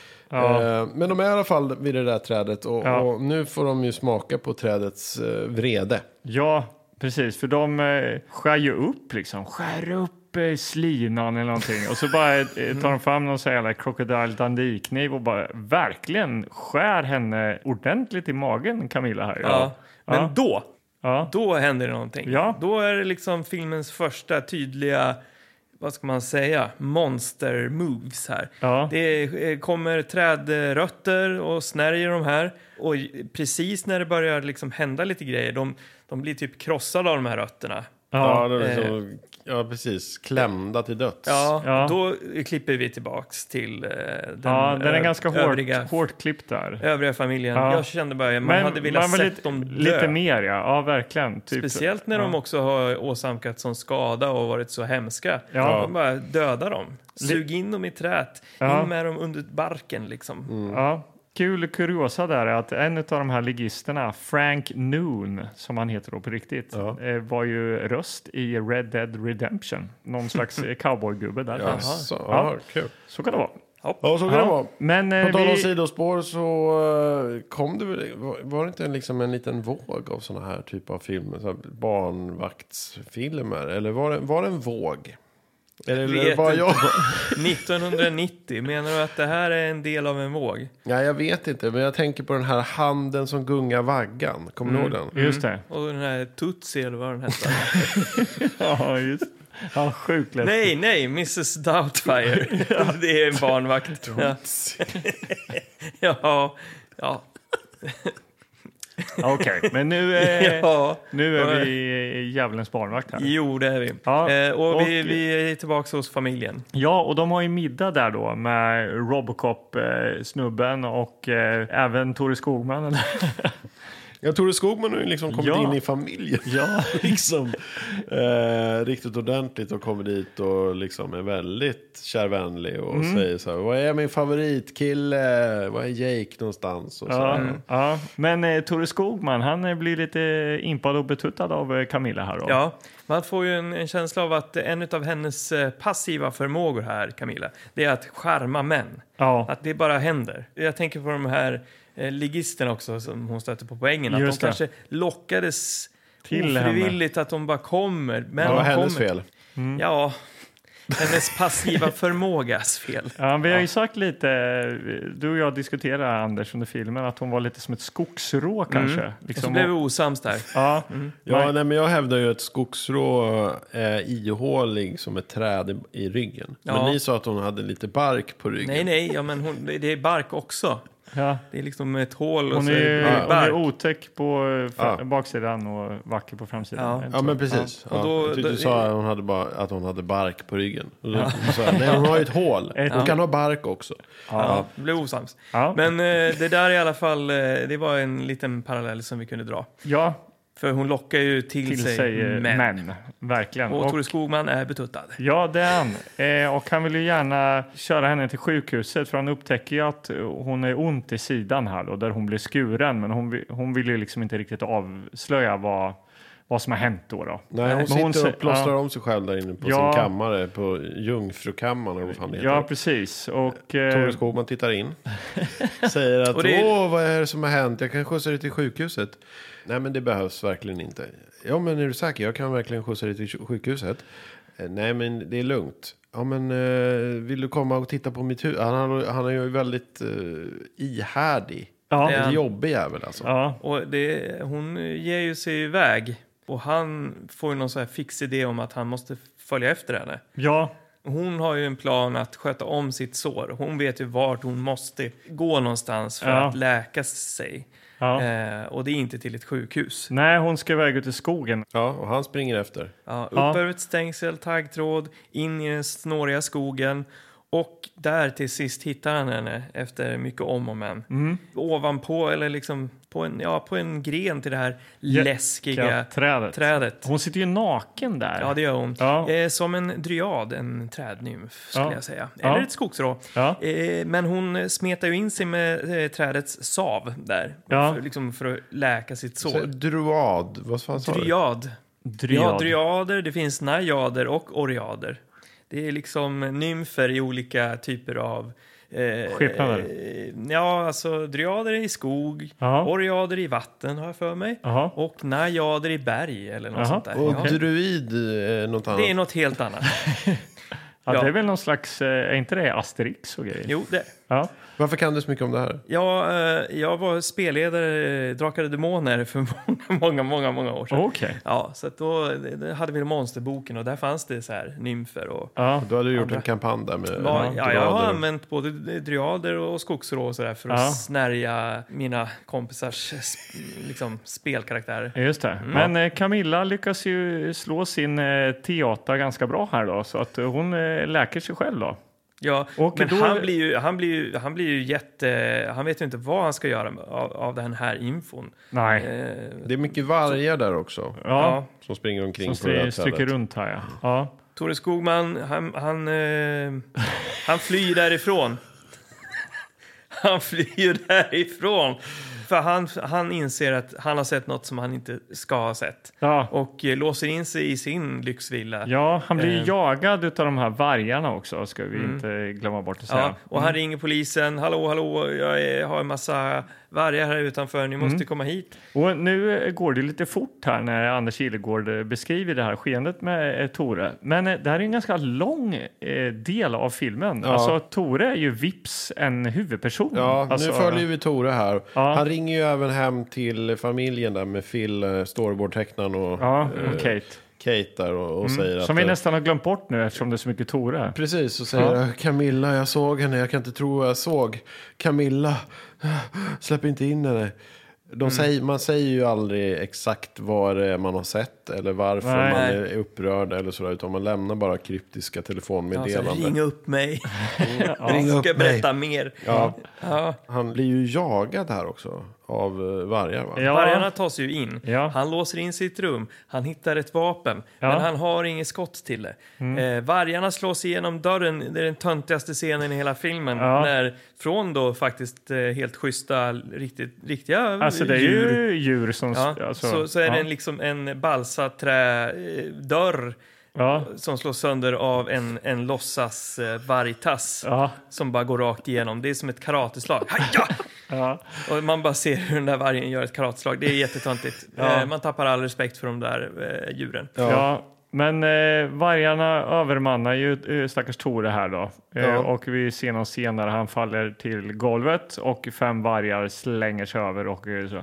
men de är i alla fall vid det där trädet och nu får de ju smaka på trädets vrede. Ja, precis. För de skär ju upp liksom. Skär upp slinan eller någonting. Och så bara tar de fram någon så jävla Crocodile Dundee-kniv och bara verkligen skär henne ordentligt i magen, Camilla här. Ja. Men då händer det någonting. Ja. Då är det liksom filmens första tydliga, vad ska man säga, monster moves här. Ja. Det kommer trädrötter och snärjer de här. Och precis när det börjar liksom hända lite grejer, de blir typ krossade av de här rötterna. Ja, precis. Klämda till döds. Ja, då klipper vi tillbaks till den är ganska hårt klippt där. Övriga familjen. Ja. Jag kände bara, man hade velat sett dem dö. Lite mer, ja verkligen. Typ. Speciellt när de också har åsamkat sån skada och varit så hemska. Ja. De bara döda dem. Sug in dem i trät. In med dem under barken liksom. Ja. Kul kuriosa där är att en av de här ligisterna, Frank Noon, som han heter då på riktigt, var ju röst i Red Dead Redemption. Någon slags cowboygubbe där. Kul. Så kan det vara. Ja, så kan det vara. Men, på tal om sidospår så kom det var det inte liksom en liten våg av såna här typer av filmer, så här barnvaktsfilmer, eller var det en våg? Eller bara jag 1990, menar du att det här är en del av en våg? Ja, jag vet inte, men jag tänker på den här handen som gungar vaggan. Kommer du ihåg den? Just det. Och den här Tutsi, eller vad den hette. Ja, just. Ja, sjukt lätt. Nej, Mrs. Doubtfire. Det är en barnvakt. Ja. Okej, men nu är vi i djävulens barnvakt här. Jo, det är vi. Ja, och vi är tillbaka hos familjen. Ja, och de har ju middag där då med Robocop-snubben och även Tore Skogman. Ja, Tore Skogman har ju liksom kommit in i familjen. Ja, liksom riktigt ordentligt och kommer dit och liksom är väldigt kärvänlig och säger så här: vad är min favoritkille? Vad är Jake någonstans? Och ja. Men Tore Skogman, han blir lite impad och betuttad av Camilla här då. Ja, man får ju en känsla av att en av hennes passiva förmågor här, Camilla, det är att charma män. Ja. Att det bara händer. Jag tänker på de här ligisterna också som hon stöter på poängen. Att de kanske lockades till ofrivilligt henne. Att de bara kommer. Men det var hennes fel. Ja, hennes passiva förmågas fel. Ja, vi har ju sagt lite, du och jag diskuterade Anders under filmen, att hon var lite som ett skogsrå kanske. Och så blev vi osams där. Ja, Ja, nej, men jag hävdar ju att skogsrå är ihålig som ett träd i ryggen. Men Ja. ni sa att hon hade lite bark på ryggen. Nej, ja, men det är bark också. ja. Det är liksom ett hål och Hon så är, är det hon är bark. otäck på baksidan och vacker på framsidan. Ja. Ja, men precis. Ja. Ja. Och då- Jag tyckte då- du sa att hon hade bark på ryggen. Och då sa jag, nej, hon har ju ett hål. Hon kan ha bark också. Ja, det blev osams. Ja. Men det där i alla fall, det var en liten parallell som vi kunde dra. Ja, För hon lockar ju till sig män. verkligen. Och Tore Skogman är betuttad. Ja, det är han. Och han vill ju gärna köra henne till sjukhuset, för han upptäcker ju att hon är ont i sidan här då, där hon blir skuren. Men hon vill ju liksom inte riktigt avslöja vad som har hänt då. Nej, Men hon sitter och plåstrar ja. om sig själv där inne på Ja. sin kammare, på jungfrukammaren eller vad fan det heter. Ja, precis. Och, Tore Skogman tittar in. Säger att, Och det är- vad är det som har hänt? Jag kan skjutsa dig till sjukhuset. Nej, men det behövs verkligen inte. Ja, men är du säker? Jag kan verkligen skjutsa dig till sjukhuset. Nej, men det är lugnt. Ja, men vill du komma och titta på mitt hus? Han är ju väldigt ihärdig. ja, Ja. En jobbig jävel alltså. ja, Och hon ger ju sig iväg. Och han får ju någon så här fix idé om att han måste följa efter henne. ja, Hon har ju en plan att sköta om sitt sår. Hon vet ju vart hon måste gå någonstans för Ja. att läka sig. ja. Och det är inte till ett sjukhus. Nej, hon ska iväg ut i skogen. Ja, och han springer efter. Ja, upp Ja. över ett stängsel, taggtråd, in i den snåriga skogen. Och där till sist hittar han henne efter mycket om och men. Ovanpå, eller liksom på en gren till det här läskiga trädet. Hon sitter ju naken där. Ja, det gör hon. Ja. Som en dryad, en trädnymf skulle Ja. jag säga. Ja. Eller ett skogsrå. Ja. Men hon smetar ju in sig med trädets sav där. Ja. För att läka sitt Så, sår. druad, vad fan sa du? Dryad. Dryad. Ja, dryader, det finns najader och oriader. Det är liksom nymfer i olika typer av... Skepnader. Ja, alltså dryader i skog, Ja. oriader i vatten har jag för mig. Jaha. Och najader i berg eller något Jaha. sånt där. Och Ja. druid något annat? Det är något helt annat. Ja, Ja. det är väl någon slags, är inte det Asterix och grejer? Jo, det. Ja. Varför kan du så mycket om det här? Jag var spelledare Drakar och Demoner för många år sedan. Okej. Ja, så att då hade vi Monsterboken och där fanns det så här nymfer och Ja. Du hade gjort en kampanj där med ja, jag har druader. använt både dryader och skogsrå och så där för Ja. att snärja mina kompisars liksom, spelkaraktärer. Just det. Men Camilla lyckas ju slå sin teater ganska bra här då, så att hon läker sig själv då. Ja, Och men då- han blir ju jätte... Han vet ju inte vad han ska göra av den här infon. Nej. Det är mycket vargar där också. Ja, Som springer omkring som på det här stryker stället. runt här, ja. Ja. Tore Skogman, han flyr därifrån. Han flyr därifrån. För han inser att han har sett något som han inte ska ha sett. Ja. Och låser in sig i sin lyxvilla. Ja, han blir ju jagad av de här vargarna också, ska vi inte glömma bort att säga. Ja, och han ringer polisen. Hallå, jag har en massa vargar här utanför. Ni måste komma hit. Och nu går det lite fort här när Anders Kilegård beskriver det här skeendet med Tore. Men det här är en ganska lång del av filmen. Ja. Alltså Tore är ju vips en huvudperson. Ja, alltså, nu följer vi Tore här. Ja. Han ringer ju även hem till familjen där med Phil, storyboardtecknaren och Ja, Kate. Kate där och säger att... Som vi nästan har glömt bort nu eftersom det är så mycket Tore. Precis, så säger Camilla, jag såg henne, jag kan inte tro vad jag såg. Camilla, släpp inte in henne. Man säger ju aldrig exakt vad det är man har sett eller varför Nej. man är upprörd eller sådär, utan man lämnar bara kryptiska telefonmeddelanden. Alltså, ring upp mig. Ring Jag upp ska mig. berätta mer. Ja, Ja. han blir ju jagad här också av vargar, va? Ja. Vargarna tar sig ju in. Ja. Han låser in sitt rum. Han hittar ett vapen. Ja. Men han har inget skott till det. Vargarna slås igenom dörren. Det är den töntigaste scenen i hela filmen. Ja. När från då faktiskt helt schyssta, riktiga Alltså det är djur. ju djur som... Ja, alltså, så är ja. det liksom en balsaträdörr Ja. som slås sönder av en låtsas vargtass Ja. som bara går rakt igenom. Det är som ett karateslag. Haja! Ja. Och man bara ser hur den där vargen gör ett karatslag. Det är jättetöntigt. Ja. Man tappar all respekt för de där djuren. Ja. Men vargarna övermannar ju stackars Tore här då. Och vi ser någon senare han faller till golvet och 5 vargar slänger sig över och så.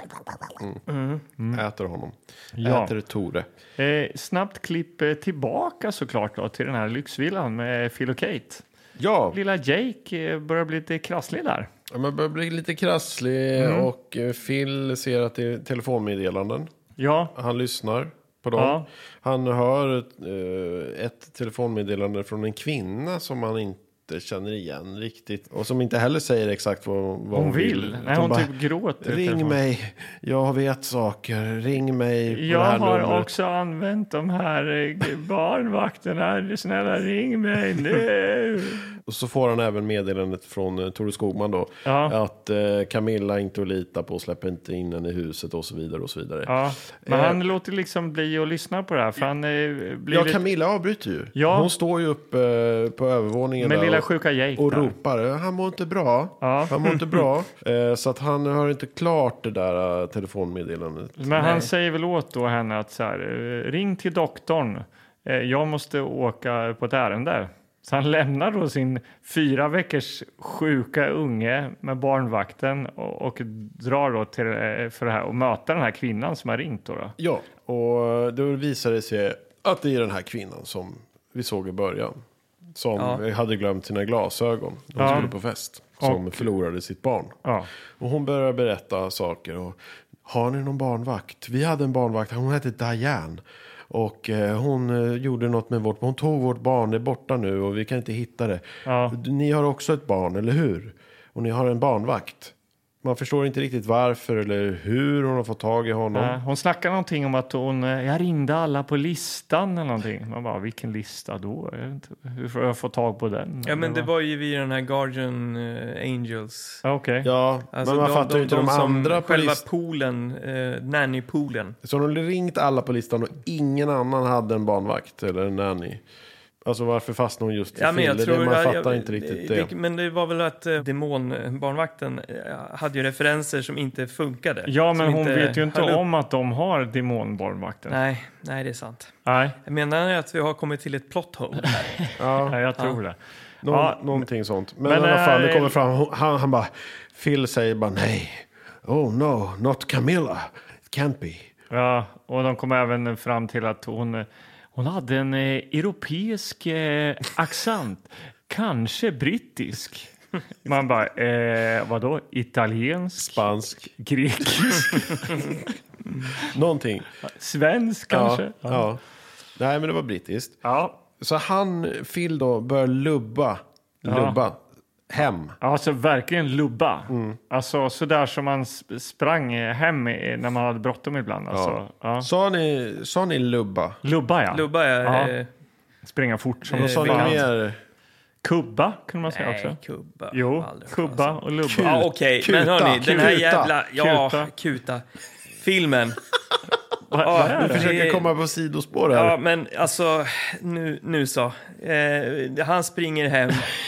Äter honom. Ja. Äter Tore. Snabbt klipp tillbaka såklart då, till den här lyxvillan med Phil och Kate. Ja. Lilla Jake börjar bli lite krasslig där. Ja, man börjar bli lite krasslig och Phil ser att det är telefonmeddelanden. Ja. Han lyssnar på dem. Ja. Han hör ett telefonmeddelande från en kvinna som han inte känner igen riktigt. Och som inte heller säger exakt vad hon vill. Nej, hon typ gråter. Ring mig, jag vet saker. Ring mig på Jag det här har numret. också använt de här barnvakterna. Snälla ring mig nu. Och så får han även meddelandet från Tore Skogman då. Ja. Att Camilla inte att lita på, släpper inte in henne i huset och så vidare och så vidare. Ja, men han låter liksom bli och lyssna på det här. För han blir lite... Camilla avbryter ju. Ja. Hon står ju uppe på övervåningen med där lilla sjuka Jake och där. ropar. Han mår inte bra. Ja. Han mår inte bra. Så att han hör inte klart det där telefonmeddelandet. Men han säger väl åt då henne att så här, ring till doktorn. Jag måste åka på ett ärende. Så han lämnar då sin 4 veckors sjuka unge med barnvakten och drar då till, för det här och möta den här kvinnan som har ringt då. Ja, och då visar det sig att det är den här kvinnan som vi såg i början. Som hade glömt sina glasögon. De skulle på fest. Som förlorade sitt barn. Ja. Och hon börjar berätta saker. Och, har ni någon barnvakt? Vi hade en barnvakt. Hon hette Diane. Och hon gjorde något med hon tog vårt barn, det är borta nu och vi kan inte hitta det. Ja. Ni har också ett barn, eller hur? Och ni har en barnvakt. Man förstår inte riktigt varför eller hur hon har fått tag i honom. Hon snackar någonting om att jag ringde alla på listan eller någonting. Man bara, vilken lista då? Jag vet inte, hur får jag få tag på den? Ja, men det var ju vid den här Guardian Angels. Okej. Ja, Alltså men man fattar ju inte de andra på själva listan. poolen, nanny-poolen. Så de ringt alla på listan och ingen annan hade en barnvakt eller en nanny. Alltså varför fastnade hon just i men jag tror, man fattar inte riktigt det. Men det var väl att demonbarnvakten hade ju referenser som inte funkade. Ja, men hon inte vet ju inte höll upp. om att de har demonbarnvakten. Nej, det är sant. Nej. Jag menar att vi har kommit till ett plot hole här. Ja, jag tror det. Någonting sånt. Men i alla fall, det kommer fram. Han bara, Phil säger bara nej. Oh no, not Camilla. It can't be. Ja, och de kom även fram till att hon hade en europeisk accent. Kanske brittisk. Man bara, vadå? Italiensk? Spansk. Grekisk? Någonting. Svensk kanske? Ja. Nej, men det var brittiskt. Ja. Så Phil då börjar lubba hem. Alltså verkligen lubba. Alltså sådär som man sprang hem när man hade bråttom ibland. Alltså, ja. Sa ni lubba? Lubba, ja. Lubba är... Ja. Springa fort. Som Vad sa ni mer? Kubba kunde man säga också. Nej, kubba. Jo, Aldrig kubba fasen. och lubba. Ja, okej. Kuta. Men hörni, den här Kuta. jävla... Ja, Kuta. kuta. Filmen. Vad är Du det? försöker komma på sidospår här. Ja, men alltså, nu så. Han springer hem.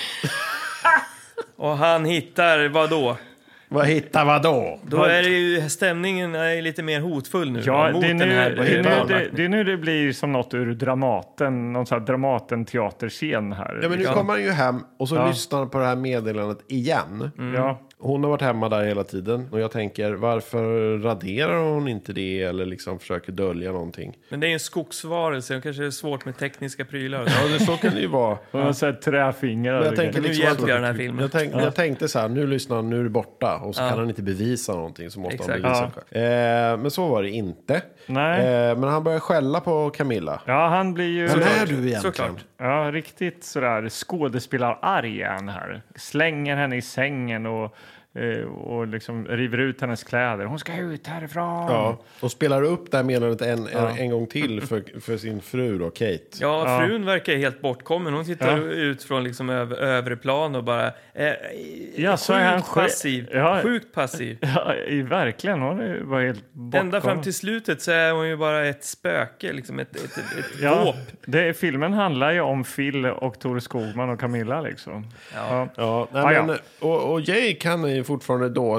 Och han hittar vad då? Vad hittar vad då? Då är det ju, stämningen är lite mer hotfull nu. Ja, mot det är den här det är nu det blir som något ur Dramaten, någon sån här Dramaten-teaterscen här. Ja, men nu kommer han ju hem och så lyssnar han på det här meddelandet igen. Ja. Hon har varit hemma där hela tiden. Och jag tänker, varför raderar hon inte det? Eller liksom försöker dölja någonting. Men det är ju en skogsvarelse, och kanske är det svårt med tekniska prylar. Ja, så kan det ju vara. Och man säger träfingrar. Men jag tänker Nu liksom hjälper att- jag den här filmen. Jag tänkte så här, nu lyssnar han, nu är det borta. Och så kan han inte bevisa någonting, så måste han Exakt. bevisa själv. Men så var det inte. Nej. Men han börjar skälla på Camilla. Ja, han blir ju... Vem är du egentligen? Såklart. Ja, riktigt sådär skådespelar-arg är han här. Slänger henne i sängen och liksom river ut hennes kläder. Hon ska ut härifrån. Ja, och spelar upp det här meddelandet en gång till för sin fru då, Kate. Ja, frun verkar helt bortkommen. Hon tittar ut från liksom övre plan och bara Ja, så är han sjukt passiv. Ja. Sjukt passiv. Ja, verkligen. Hon var helt bortkommen. Ända fram till slutet så är hon ju bara ett spöke, liksom ett Ja, våp. filmen handlar ju om Phil och Tore Skogman och Camilla liksom. Ja. Ja, nej, Ja. men, och Jake, han är ju fortfarande dålig.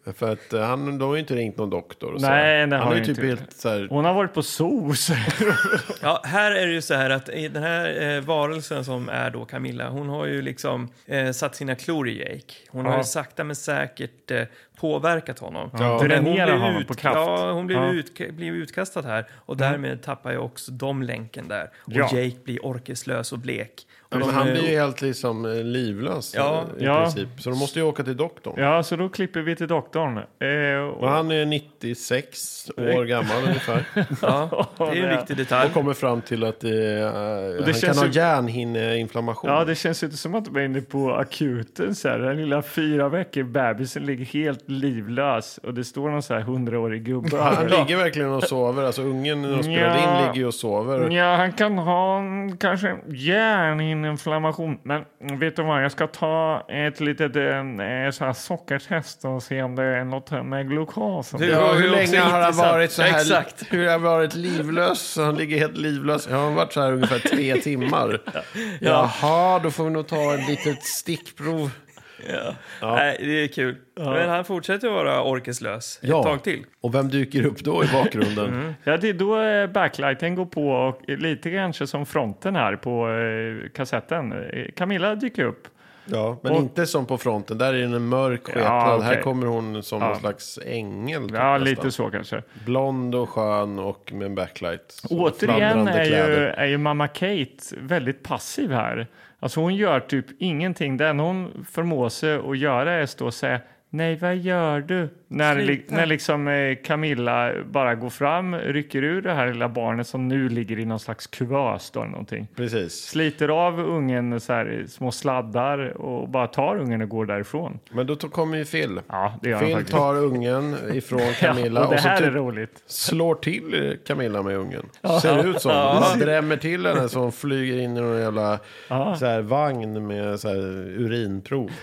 För att de har ju inte ringt någon doktor. Och Nej, det han har är ju typ inte. helt så här... Hon har varit på SOS. Ja, här är det ju så här att i den här varelsen som är då Camilla, hon har ju liksom satt sina klor i Jake. Hon har ju sakta men säkert påverkat honom. Ja. Men Dränerar honom på kraft. Ja, hon blir utkastad här. Och därmed tappar ju också de länken där. Och Jake blir orkeslös och blek. Och Men han blir ju helt liksom livlös i princip. Så de måste ju åka till doktorn. Ja, så då klipper vi till doktorn. Och han är 96 år gammal ungefär. Ja, det är ju en viktig detalj. Och kommer fram till att han kan ha hjärnhinneinflammation. Ja, det känns inte som att de är inne på akuten. Så här. Den lilla 4 veckor bebisen ligger helt livlös. Och det står någon så här 100-årig gubbe. Han ligger verkligen och sover. Alltså ungen när de spelar in ligger ju och sover. Ja, han kan ha kanske hjärnhinneinflammation. Men vet du vad, jag ska ta ett litet så här sockertest och se om det är något med glukos. Ja, hur länge har han varit så här? Exakt. Hur har han varit livlös? Han ligger helt livlös. Jag har varit så här ungefär 3 timmar. Jaha, då får vi nog ta ett litet stickprov. Ja. Nej, det är kul. Men han fortsätter att vara orkeslös ett tag till. Och vem dyker upp då i bakgrunden? Ja, det är då backlighten går på och lite kanske som fronten här på kassetten. Camilla dyker upp. Ja, men inte som på fronten. Där är det en mörk skepnad. Okay. Här kommer hon som någon slags ängel. Ja, lite så kanske. Blond och skön och med en backlight. Återigen är ju mamma Kate väldigt passiv här. Alltså hon gör typ ingenting. Det hon förmår sig att göra är att stå och säga nej, vad gör du? När liksom Camilla bara går fram, rycker ur det här lilla barnet som nu ligger i någon slags kuvös eller någonting. Precis. Sliter av ungen så här, små sladdar och bara tar ungen och går därifrån. Men då kommer ju Phil. Ja, det gör Phil han tar ungen ifrån Camilla och det här så är roligt. Slår till Camilla med ungen. Ser ut som. Man drämmer till henne så hon flyger in i någon jävla så här, vagn med så här, urinprov.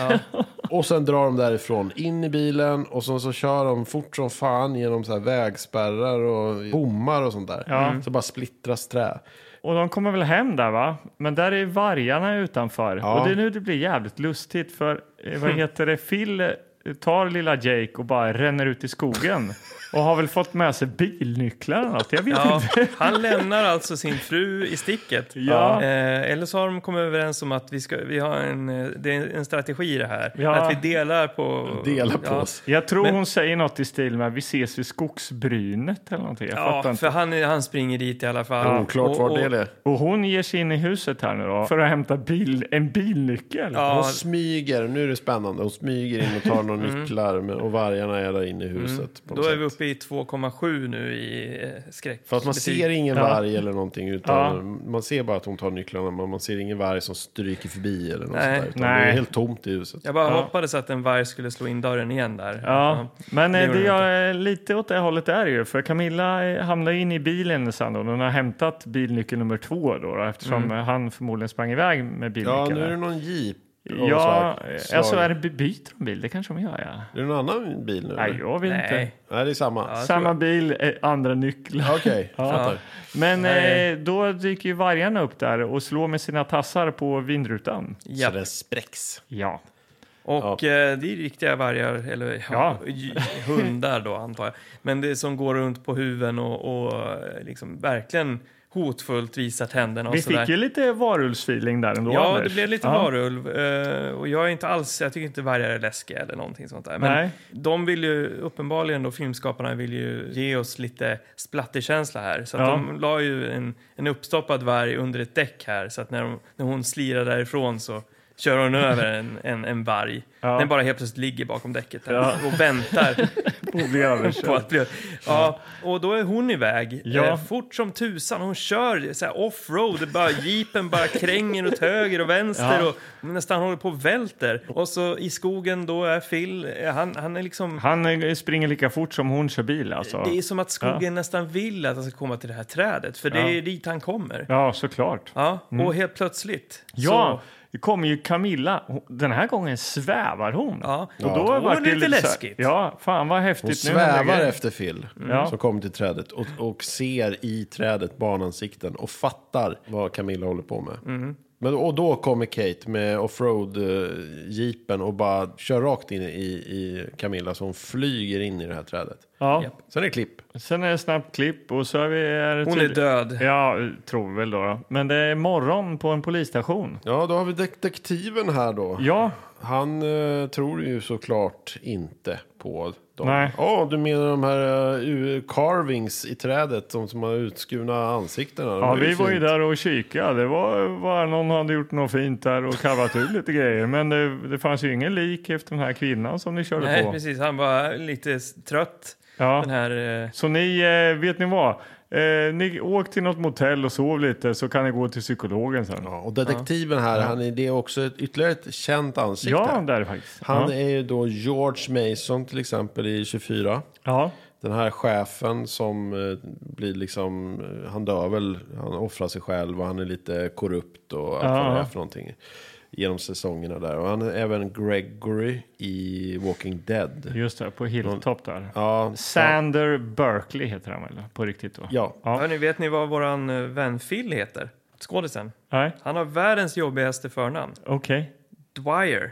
Och sen drar de därifrån in i bilen och så kör de fort som fan genom så här vägspärrar och bommar och sånt där. Så bara splittras trä. Och de kommer väl hem där, va? Men där är vargarna utanför. Ja. Och det är nu det blir jävligt lustigt för vad heter det? Phil tar lilla Jake och bara ränner ut i skogen. Och har väl fått med sig bilnycklar eller något. Jag vet inte. Han lämnar alltså sin fru i sticket. Ja. Eller så har de kommit överens om att vi har det är en strategi i det här. Ja. Att vi delar på oss. Jag tror hon säger något i stil med vi ses vid skogsbrynet eller någonting. Jag fattar inte. För han springer dit i alla fall. Oklart var det är. Och hon ger sig in i huset här nu då. För att hämta en bilnyckel. Ja. Hon smyger, nu är det spännande. Hon smyger in och tar några nycklar. Och vargarna är där inne i huset. Då är vi uppe i 2,7 nu i skräck. För att man ser ingen varg eller någonting utan man ser bara att hon tar nycklarna men man ser ingen varg som stryker förbi eller något sånt där. Det är helt tomt i huset. Jag bara hoppades att en varg skulle slå in dörren igen där. Ja, men det är lite åt det hållet är det ju. För Camilla hamnar in i bilen sen då. Hon har hämtat bilnyckel nummer 2 då eftersom han förmodligen sprang iväg med bilnyckeln. Ja, nu är det någon jeep. Ja, alltså är det byter de bil? Det kanske de gör, ja. Är det någon annan bil nu? Nej, jag vet inte. Nej, det är samma. Ja, samma bil, andra nycklar. Okej, fattar. Men då dyker ju vargarna upp där och slår med sina tassar på vindrutan. Ja. Så det spräcks. Ja. Och det är riktiga vargar, eller hundar då antar jag. Men det som går runt på huven och liksom verkligen hotfullt visar tänderna och sådär. Vi fick ju lite varulvsfeeling där ändå. Ja, det blev lite varulv. Och jag tycker inte vargar är läskiga eller någonting sånt där. Men de vill ju, uppenbarligen då, filmskaparna vill ju ge oss lite splatterkänsla här. Så att de la ju en uppstoppad varg under ett däck här. Så att när hon slirar därifrån så kör hon över en varg. Ja. Den bara helt plötsligt ligger bakom däcket här och väntar på att bli... Ja, och då är hon iväg. Fort som tusan. Hon kör så här off-road. Jeepen bara kränger åt höger och vänster och nästan håller på och välter. Och så i skogen då är Phil... Han är liksom... Han springer lika fort som hon kör bil alltså. Det är som att skogen nästan vill att han ska komma till det här trädet. För det är dit han kommer. Ja, såklart. Ja, och helt plötsligt. Ja, det kommer ju Camilla. Den här gången svävar hon. Ja, och då var det lite läskigt. Ja, fan vad häftigt. Hon svävar efter Phil som kommer till trädet och ser i trädet barnansikten och fattar vad Camilla håller på med. Men, och då kommer Kate med offroad-jeepen och bara kör rakt in i Camilla, så hon flyger in i det här trädet. Ja. Sen är det klipp. Sen är det snabbt klipp och så är vi... Hon är död. Ja, tror vi väl då. Men det är morgon på en polisstation. Ja, då har vi detektiven här då. Ja. Han tror ju såklart inte på dem. Nej. Ja, du menar de här carvings i trädet, som har utskurna ansiktena? Ja, vi var ju där och kikade. Det var någon hade gjort något fint där och kavat ut lite grejer. Men det fanns ju ingen lik efter den här kvinnan som ni körde på. Nej, precis. Han var lite trött. Ja. Den här, Så ni, vet ni vad? Ni åker till något motell och sov lite, så kan ni gå till psykologen sen. Ja, och detektiven här, det är också ytterligare ett känt ansikte. Ja, det är det faktiskt. Han är ju då George Mason till exempel i 24. Ja. Den här chefen som blir liksom, han dör väl, han offrar sig själv och han är lite korrupt och allt vad det är för någonting genom säsongerna där. Och han är även Gregory i Walking Dead. Just det, på Hilltop där. Ja, Sander Berkeley heter han väl på riktigt då? Ja. Hörrni, vet ni vad våran vän Phil heter? Skådisen. Nej. Han har världens jobbigaste förnamn. Okej. Dwyer.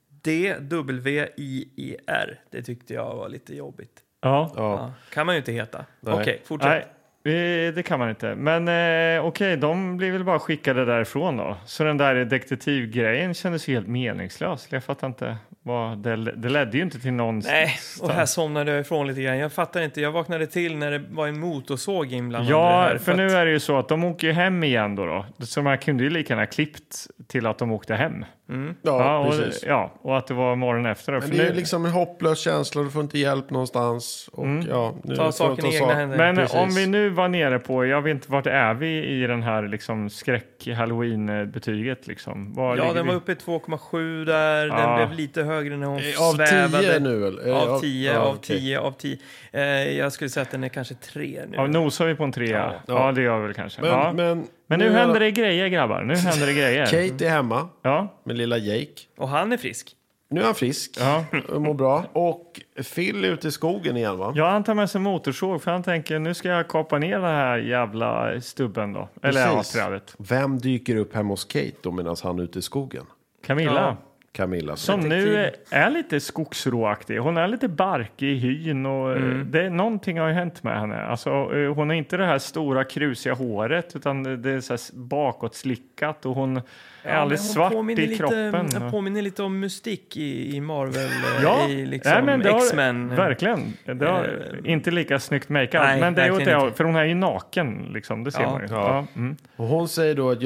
D-W-I-E-R. Det tyckte jag var lite jobbigt. Ja. Ja. Kan man ju inte heta. Nej. Okej, fortsätt. Nej, det kan man inte. Men okej, de blir väl bara skickade därifrån då. Så den där detektivgrejen kändes helt meningslös. Jag fattar inte. Det ledde ju inte till någon... Nej, och här somnade jag ifrån lite grann. Jag fattar inte. Jag vaknade till när det var en motorsåg inblandad. Ja, här, för nu är det ju så att de åker ju hem igen då. Så man kunde ju lika gärna klippt till att de åkte hem. Ja, precis. Och att det var morgonen efter. Men det är liksom en hopplös känsla, du får inte hjälp någonstans. Och nu Ta saken i egna händer. Men Precis. om vi nu var nere på, jag vet inte vart är vi i den här liksom skräck-halloween-betyget liksom. Den var uppe i 2,7 där. Den blev lite högre när hon av svävade. 10 nu väl? Av 10, av okej. 10, av 10. Jag skulle säga att den är kanske 3 nu. Ja, nosar vi på en 3. Ja, det gör vi väl kanske. Men nu händer det grejer, grabbar. Nu händer det grejer. Kate är hemma med lilla Jake. Och han är frisk. Nu är han frisk och mår bra. Och Phil är ute i skogen igen, va? Ja, han tar med sig motorsåg för han tänker nu ska jag kapa ner den här jävla stubben då. Eller trädet. Vem dyker upp hemma hos Kate då medan han är ute i skogen? Camilla. Camilla. Som nu är lite skogsråaktig. Hon är lite barkig i hyn och någonting har ju hänt med henne. Alltså, hon har inte det här stora krusiga håret utan det är så här bakåt slickat och hon är alldeles svart i kroppen. Det påminner lite om Mystik i Marvel, i X-Men. Verkligen. Det har inte lika snyggt make-up. Men det är ju för hon är ju naken, liksom. Det ser man ju. Ja. Och hon säger då att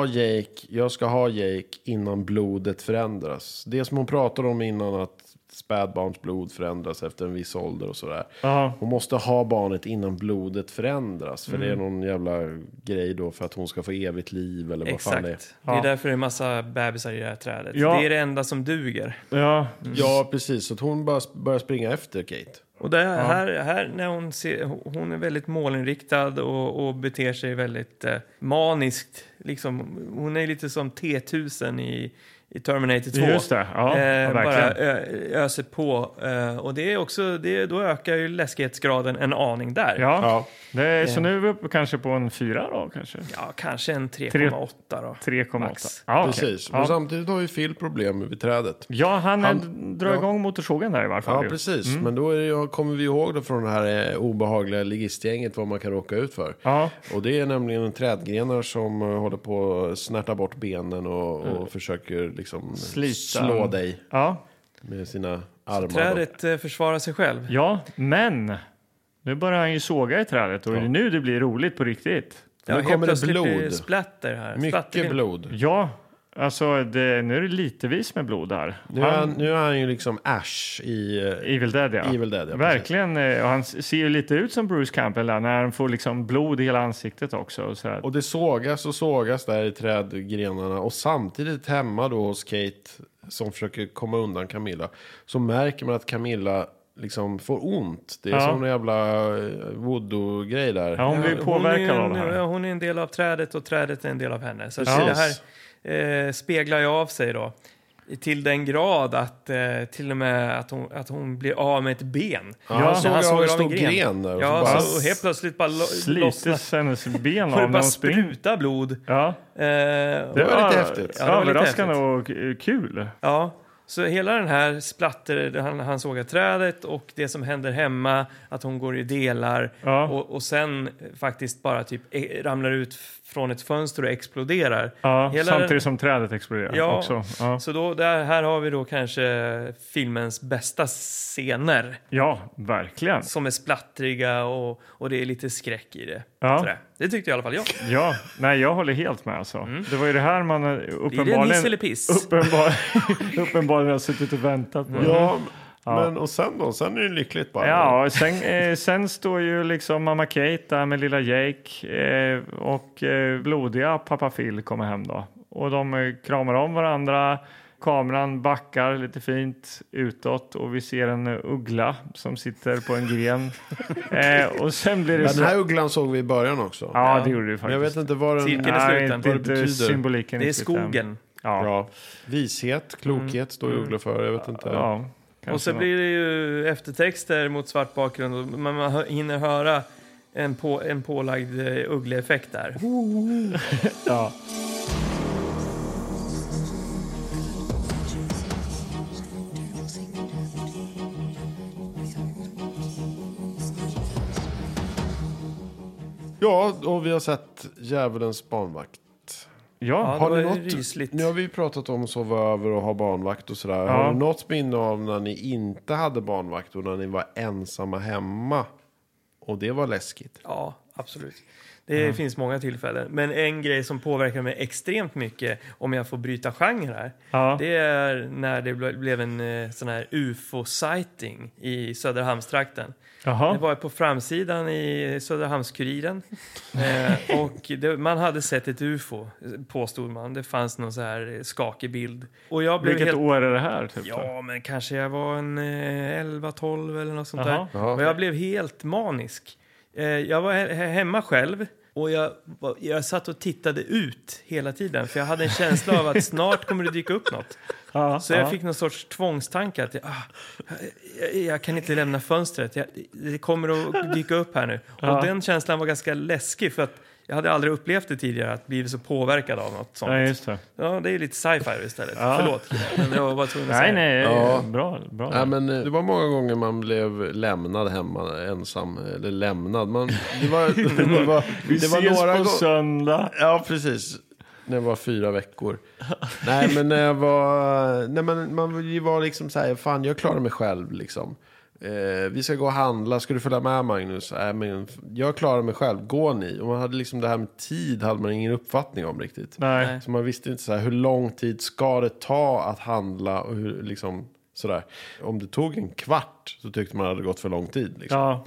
jag ska ha Jake innan blodet förändras. Det som hon pratade om innan, att spädbarnsblod förändras efter en viss ålder och sådär. Hon måste ha barnet innan blodet förändras. För det är någon jävla grej då för att hon ska få evigt liv eller vad fan det är. Det är därför det är massa bebisar i det här trädet. Ja. Det är det enda som duger. Ja, precis. Så att hon bara börjar springa efter Kate. Och det här när hon är väldigt målinriktad och beter sig väldigt maniskt. Liksom, hon är lite som T-1000 i Terminator 2. Just det, bara öser på. Och det är också, då ökar ju läskighetsgraden en aning där. Så nu är vi uppe kanske på en 4 då kanske? Ja, kanske en 3,8 då. 3,8. Precis. Men samtidigt har ju Phil problem vid trädet. Ja, han drar igång motorsågen där i varje fall. Ja, precis. Men då kommer vi ihåg då från det här obehagliga ligistgänget vad man kan råka ut för. Och det är nämligen trädgrenar som håller på att snärta bort benen och försöker liksom slå dig med sina armar. Så trädet försvarar sig själv. Ja, men nu börjar han ju såga i trädet och det är nu det blir roligt på riktigt. Nu kommer det blod. Splatter här. Mycket blod. Ja, alltså nu är det litevis med blod här. Nu är han ju liksom Ash i Evil Dead, Evil Dead, verkligen. Och han ser ju lite ut som Bruce Campbell där, när han får liksom blod i hela ansiktet också. Och det sågas och sågas där i trädgrenarna. Och samtidigt hemma då hos Kate som försöker komma undan Camilla, så märker man att Camilla liksom får ont. Det är som en jävla voodoo-grej där. Ja, hon blir påverkad av det här. Hon är en del av trädet och trädet är en del av henne. Så det här speglar ju av sig då. till den grad att till och med att hon blir av med ett ben. Ja, Så han såg en av stor en gren där. Ja, bara... så helt plötsligt bara Slites hennes ben av och det när bara hon springer. spruta blod. Ja. Det var lite häftigt. Ja, det var lite Överraskande häftigt. och kul. Ja, så hela den här splatter, han sågar trädet och det som händer hemma, att hon går i delar och sen faktiskt bara typ ramlar ut från ett fönster och exploderar. Ja, samtidigt som trädet exploderar också. Ja. Så då, här har vi då kanske filmens bästa scener. Ja, verkligen. Som är splattriga och det är lite skräck i det. Ja. Sådär. Det tyckte i alla fall jag. Ja, nej, jag håller helt med alltså. Det var ju det här man Blir det niss eller piss? uppenbarligen har suttit och väntat på. Ja, men och sen då? Sen är det lyckligt bara. Ja, sen står ju liksom mamma Kate där med lilla Jake och blodiga pappa Phil kommer hem då. Och de kramar om varandra. Kameran backar lite fint utåt och vi ser en uggla som sitter på en gren. Och sen blir det den här ugglan såg vi i början också. Ja, det gjorde vi faktiskt. Jag vet inte vad den Cirkeln är sluten. vad det betyder. Symboliken Det är skogen. Ja. Vishet, klokhet står ugglor för. Jag vet inte. Ja, och så blir det ju eftertexter mot svart bakgrund och man hinner höra en pålagd uggleeffekt där. Ja. Ja, och vi har sett Djävulens barnvakt. Ja, Har ni var något, rysligt. nu har vi pratat om att sova över och ha barnvakt och sådär. Ja. Har du något minne av när ni inte hade barnvakt och när ni var ensamma hemma? Och det var läskigt. Ja, absolut. Det finns många tillfällen. Men en grej som påverkar mig extremt mycket, om jag får bryta genre här, det är när det blev en sån här UFO-sighting i Söderhamnstrakten. Jaha. Det var på framsidan i Söderhamnskuriren. Och man hade sett ett UFO, påstod man. Det fanns någon så här skakig bild. Och jag blev Vilket år är det här? Typ, ja, men kanske jag var en 11-12 eller något sånt Jaha. där. Och jag blev helt manisk. Jag var hemma själv och jag satt och tittade ut hela tiden. För jag hade en känsla av att snart kommer det dyka upp något. Så jag fick någon sorts tvångstanke att jag kan inte lämna fönstret. Det kommer att dyka upp här nu. Och den känslan var ganska läskig för att jag hade aldrig upplevt det tidigare att bli så påverkad av något sånt. Ja, just det. Ja, det är lite sci-fi istället. Förlåt, men jag var tvungen att säga. Nej, Ja. bra. Ja, men det var många gånger man blev lämnad hemma ensam. Eller lämnad. Det var några på söndag. Ja, precis. När jag var 4 veckor. Nej, men när jag var... Nej, men man var liksom så här, fan, jag klarar mig själv liksom. Vi ska gå och handla. Ska du följa med, Magnus? Men jag klarar mig själv. Gå ni? Och man hade liksom det här med tid hade man ingen uppfattning om riktigt. Nej. Så man visste inte så här, hur lång tid ska det ta att handla och hur liksom sådär. Om det tog en kvart så tyckte man hade gått för lång tid liksom.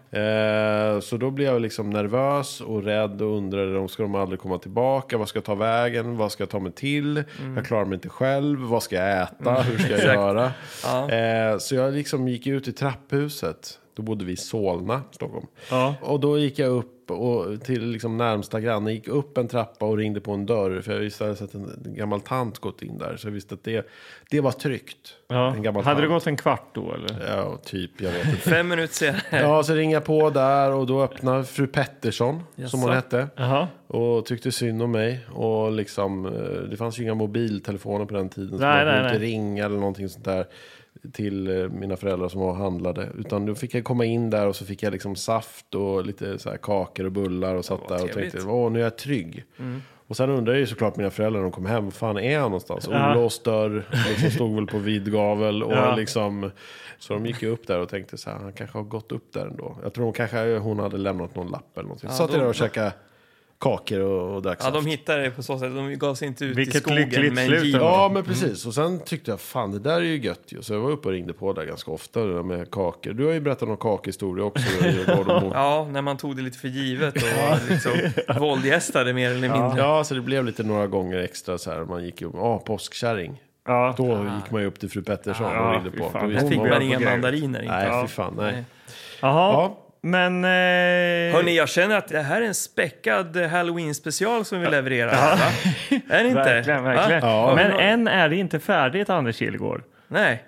Så då blev jag liksom nervös och rädd och undrade om ska de aldrig komma tillbaka, vad ska jag ta vägen, vad ska jag ta mig till, jag klarar mig inte själv, vad ska jag äta, hur ska jag göra. Så jag liksom gick ut i trapphuset. Då bodde vi i Solna, Stockholm. Och då gick jag upp och till liksom närmsta granne, gick upp en trappa och ringde på en dörr. För jag visste att en gammal tant gått in där. Så jag visste att det var tryggt. En gammal Hade tant. det gått en kvart då eller? Ja, typ, jag vet inte. 5 minuter senare. Ja, så ringde jag på där och då öppnade fru Pettersson, som hon hette. Och tyckte synd om mig. Och liksom, det fanns ju inga mobiltelefoner på den tiden. Så man kunde inte ringa eller någonting sånt där till mina föräldrar som var och handlade. Utan då fick jag komma in där och så fick jag liksom saft och lite så här kakor och bullar och satt där och tänkte, nu är jag trygg. Och sen undrar jag ju såklart mina föräldrar när de kom hem, vad fan är han någonstans? Olåst dörr, liksom stod väl på vid gavel och liksom, så de gick ju upp där och tänkte så här, han kanske har gått upp där ändå. Jag tror hon hade lämnat någon lapp eller någonting. Satt där och käkade kakor och drack saft. Ja, de hittade det på så sätt. De gav sig inte ut Vilket i skogen lyckligt med en slut. jeep. Ja, men precis. Och sen tyckte jag, fan, det där är ju gött ju. Så jag var uppe och ringde på där ganska ofta det där med kakor. Du har ju berättat om kakhistoria också. Ja, när man tog det lite för givet och liksom våldgästade mer eller mindre. Ja, så det blev lite några gånger extra så här. Man gick ju, påskkärring. Då gick man ju upp till fru Pettersson och ringde på. Där fick man inga mandariner. Nej, fy fan, nej. Jaha. men... Hörrni, jag känner att det här är en späckad Halloween-special som vi levererar. Ja. Va? Är det inte? Verkligen. Ja. Men än är det inte färdigt, Anders Kihlgård. Nej.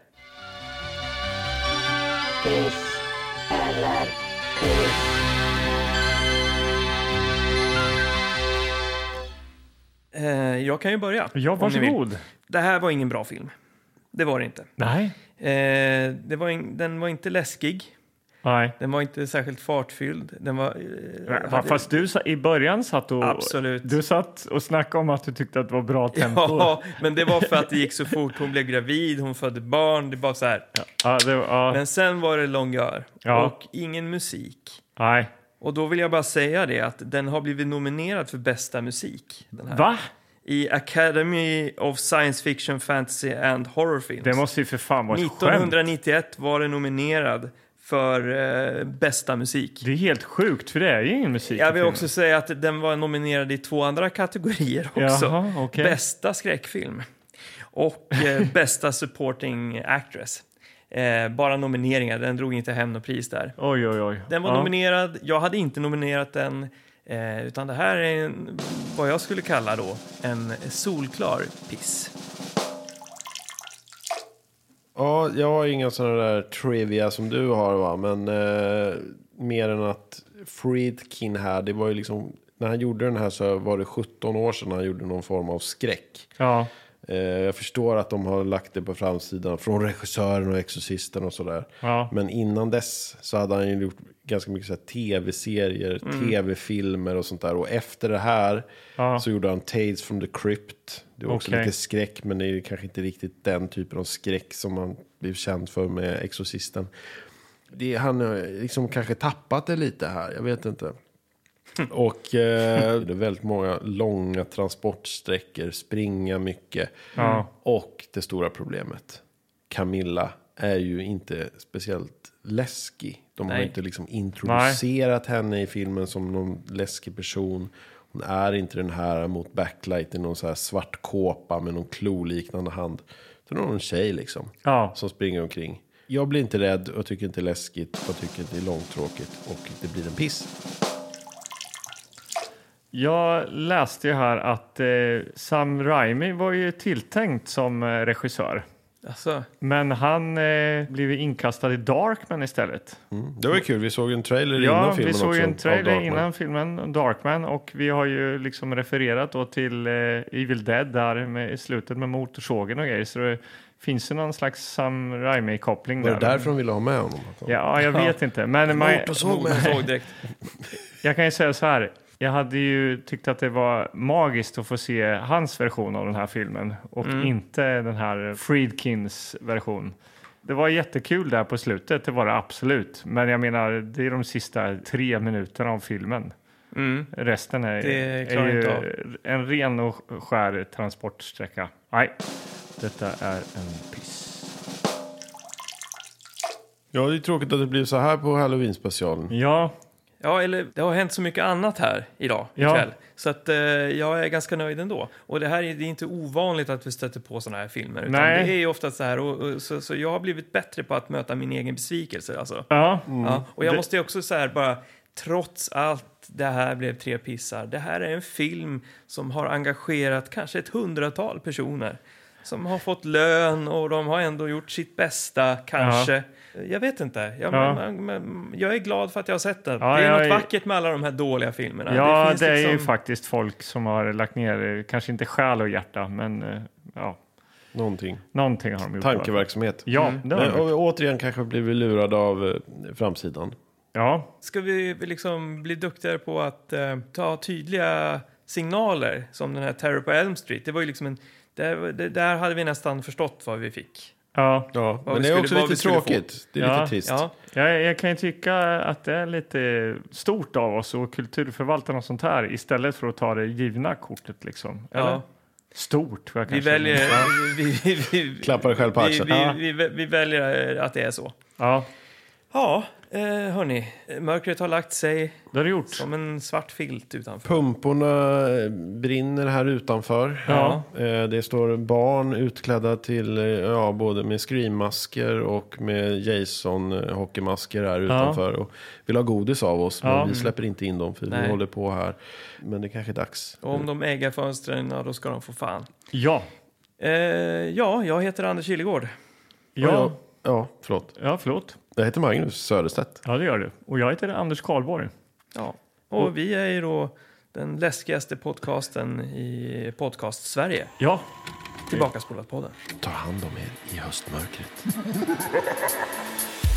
Jag kan ju börja. Ja, varsågod. Det här var ingen bra film. Det var det inte. Nej. Den var inte läskig. Nej. Den var inte särskilt fartfylld. Den var... Fast du i början satt och... Absolut. Du satt och snackade om att du tyckte att det var bra tempo. Ja, men det var för att det gick så fort. Hon blev gravid, hon födde barn. Det var så här. Ja. Men sen var det långgör. Ja. Och ingen musik. Nej. Och då vill jag bara säga det att den har blivit nominerad för bästa musik. Den här. Va? I Academy of Science Fiction, Fantasy and Horror Films. Det måste ju för fan vara ett 1991 var den nominerad för bästa musik. Det är helt sjukt, för det är ju ingen musik. Jag vill också säga att den var nominerad i 2 andra kategorier också. Jaha, okay. Bästa skräckfilm och bästa supporting actress. Bara nomineringar, den drog inte hem något pris där. Oj. Den var nominerad, jag hade inte nominerat den. Utan det här är vad jag skulle kalla då en solklar piss. Ja, jag har inga sådana där trivia som du har, va? Men mer än att Friedkin här, det var ju liksom, när han gjorde den här så var det 17 år sedan han gjorde någon form av skräck. Ja. Jag förstår att de har lagt det på framsidan från regissören och exorcisten och sådär. Ja. Men innan dess så hade han ju gjort ganska mycket så här tv-serier, tv-filmer och sånt där. Och efter det här så gjorde han Tales from the Crypt. Det var också lite skräck, men det är kanske inte riktigt den typen av skräck som man blev känd för med exorcisten. Han har liksom kanske tappat det lite här, jag vet inte. Och det är väldigt många långa transportsträckor, springa mycket. Och det stora problemet, Camilla är ju inte speciellt läskig. De har inte liksom introducerat henne i filmen som någon läskig person. Hon är inte den här mot backlight i någon så här svart kåpa med någon kloliknande hand. Det är någon tjej liksom som springer omkring. Jag blir inte rädd och tycker inte läskigt och tycker det är långtråkigt och det blir en piss. Jag läste ju här att Sam Raimi var ju tilltänkt som regissör. Alltså. Men han blev inkastad i Darkman istället. Det var kul, vi såg en trailer innan filmen också. Ja, vi såg en trailer innan filmen Darkman. Och vi har ju liksom refererat då till Evil Dead där med, i slutet med motorsågen och grejer. Så det finns ju någon slags Sam Raimi-koppling där. Var det därför de ville ha med honom? Ja, jag vet inte. Men motorsåg direkt. Jag kan ju säga så här. Jag hade ju tyckt att det var magiskt att få se hans version av den här filmen och inte den här Friedkins version. Det var jättekul där på slutet, det var det absolut. Men jag menar, det är de sista 3 minuterna av filmen. Resten är ju en ren och skär transportsträcka. Nej, detta är en piss. Ja, det är tråkigt att det blir så här på Halloween-specialen. Ja, eller det har hänt så mycket annat här idag ikväll. Så att jag är ganska nöjd ändå. Och det här är inte ovanligt att vi stöter på såna här filmer. Utan det är ju ofta så här. Så jag har blivit bättre på att möta min egen besvikelse. Alltså. Ja, och jag måste ju också så här bara, trots allt det här blev 3 pissar. Det här är en film som har engagerat kanske ett 100-tal personer. Som har fått lön och de har ändå gjort sitt bästa kanske. Jag vet inte. Jag är glad för att jag har sett den. Det är något vackert med alla de här dåliga filmerna. Ja, det är ju faktiskt folk som har lagt ner, kanske inte själ och hjärta, men Någonting har de gjort. Tankeverksamhet. Ja, men återigen kanske blir vi lurade av framsidan. Ja. Ska vi liksom bli duktigare på att ta tydliga signaler som den här Terror på Elm Street? Det var ju liksom där hade vi nästan förstått vad vi fick. Ja, men det är också lite tråkigt. Det är lite trist. Jag kan ju tycka att det är lite stort av oss och kulturförvaltarna och sånt här istället för att ta det givna kortet liksom. Eller? Stort. Vi väljer klappar själv på axeln. Vi väljer att det är så. Ja. Ja, hörni. Mörkret har lagt sig Det har det gjort. som en svart filt utanför. Pumporna brinner här utanför. Ja. Det står barn utklädda till både med screammasker och med Jason-hockeymasker här utanför. Och vill ha godis av oss, men vi släpper inte in dem för vi håller på här. Men det kanske är dags. Och om de äger fönstren, då ska de få fan. Ja. Jag heter Anders Killegård. Ja. Ja, förlåt. Ja, förlåt. Jag heter Magnus Söderstedt. Ja, det gör du. Och jag heter Anders Karlborg. Ja. Och vi är ju då den läskigaste podcasten i podcast-Sverige. Ja. Tillbaka spolat podden. Ta hand om er i höstmörkret.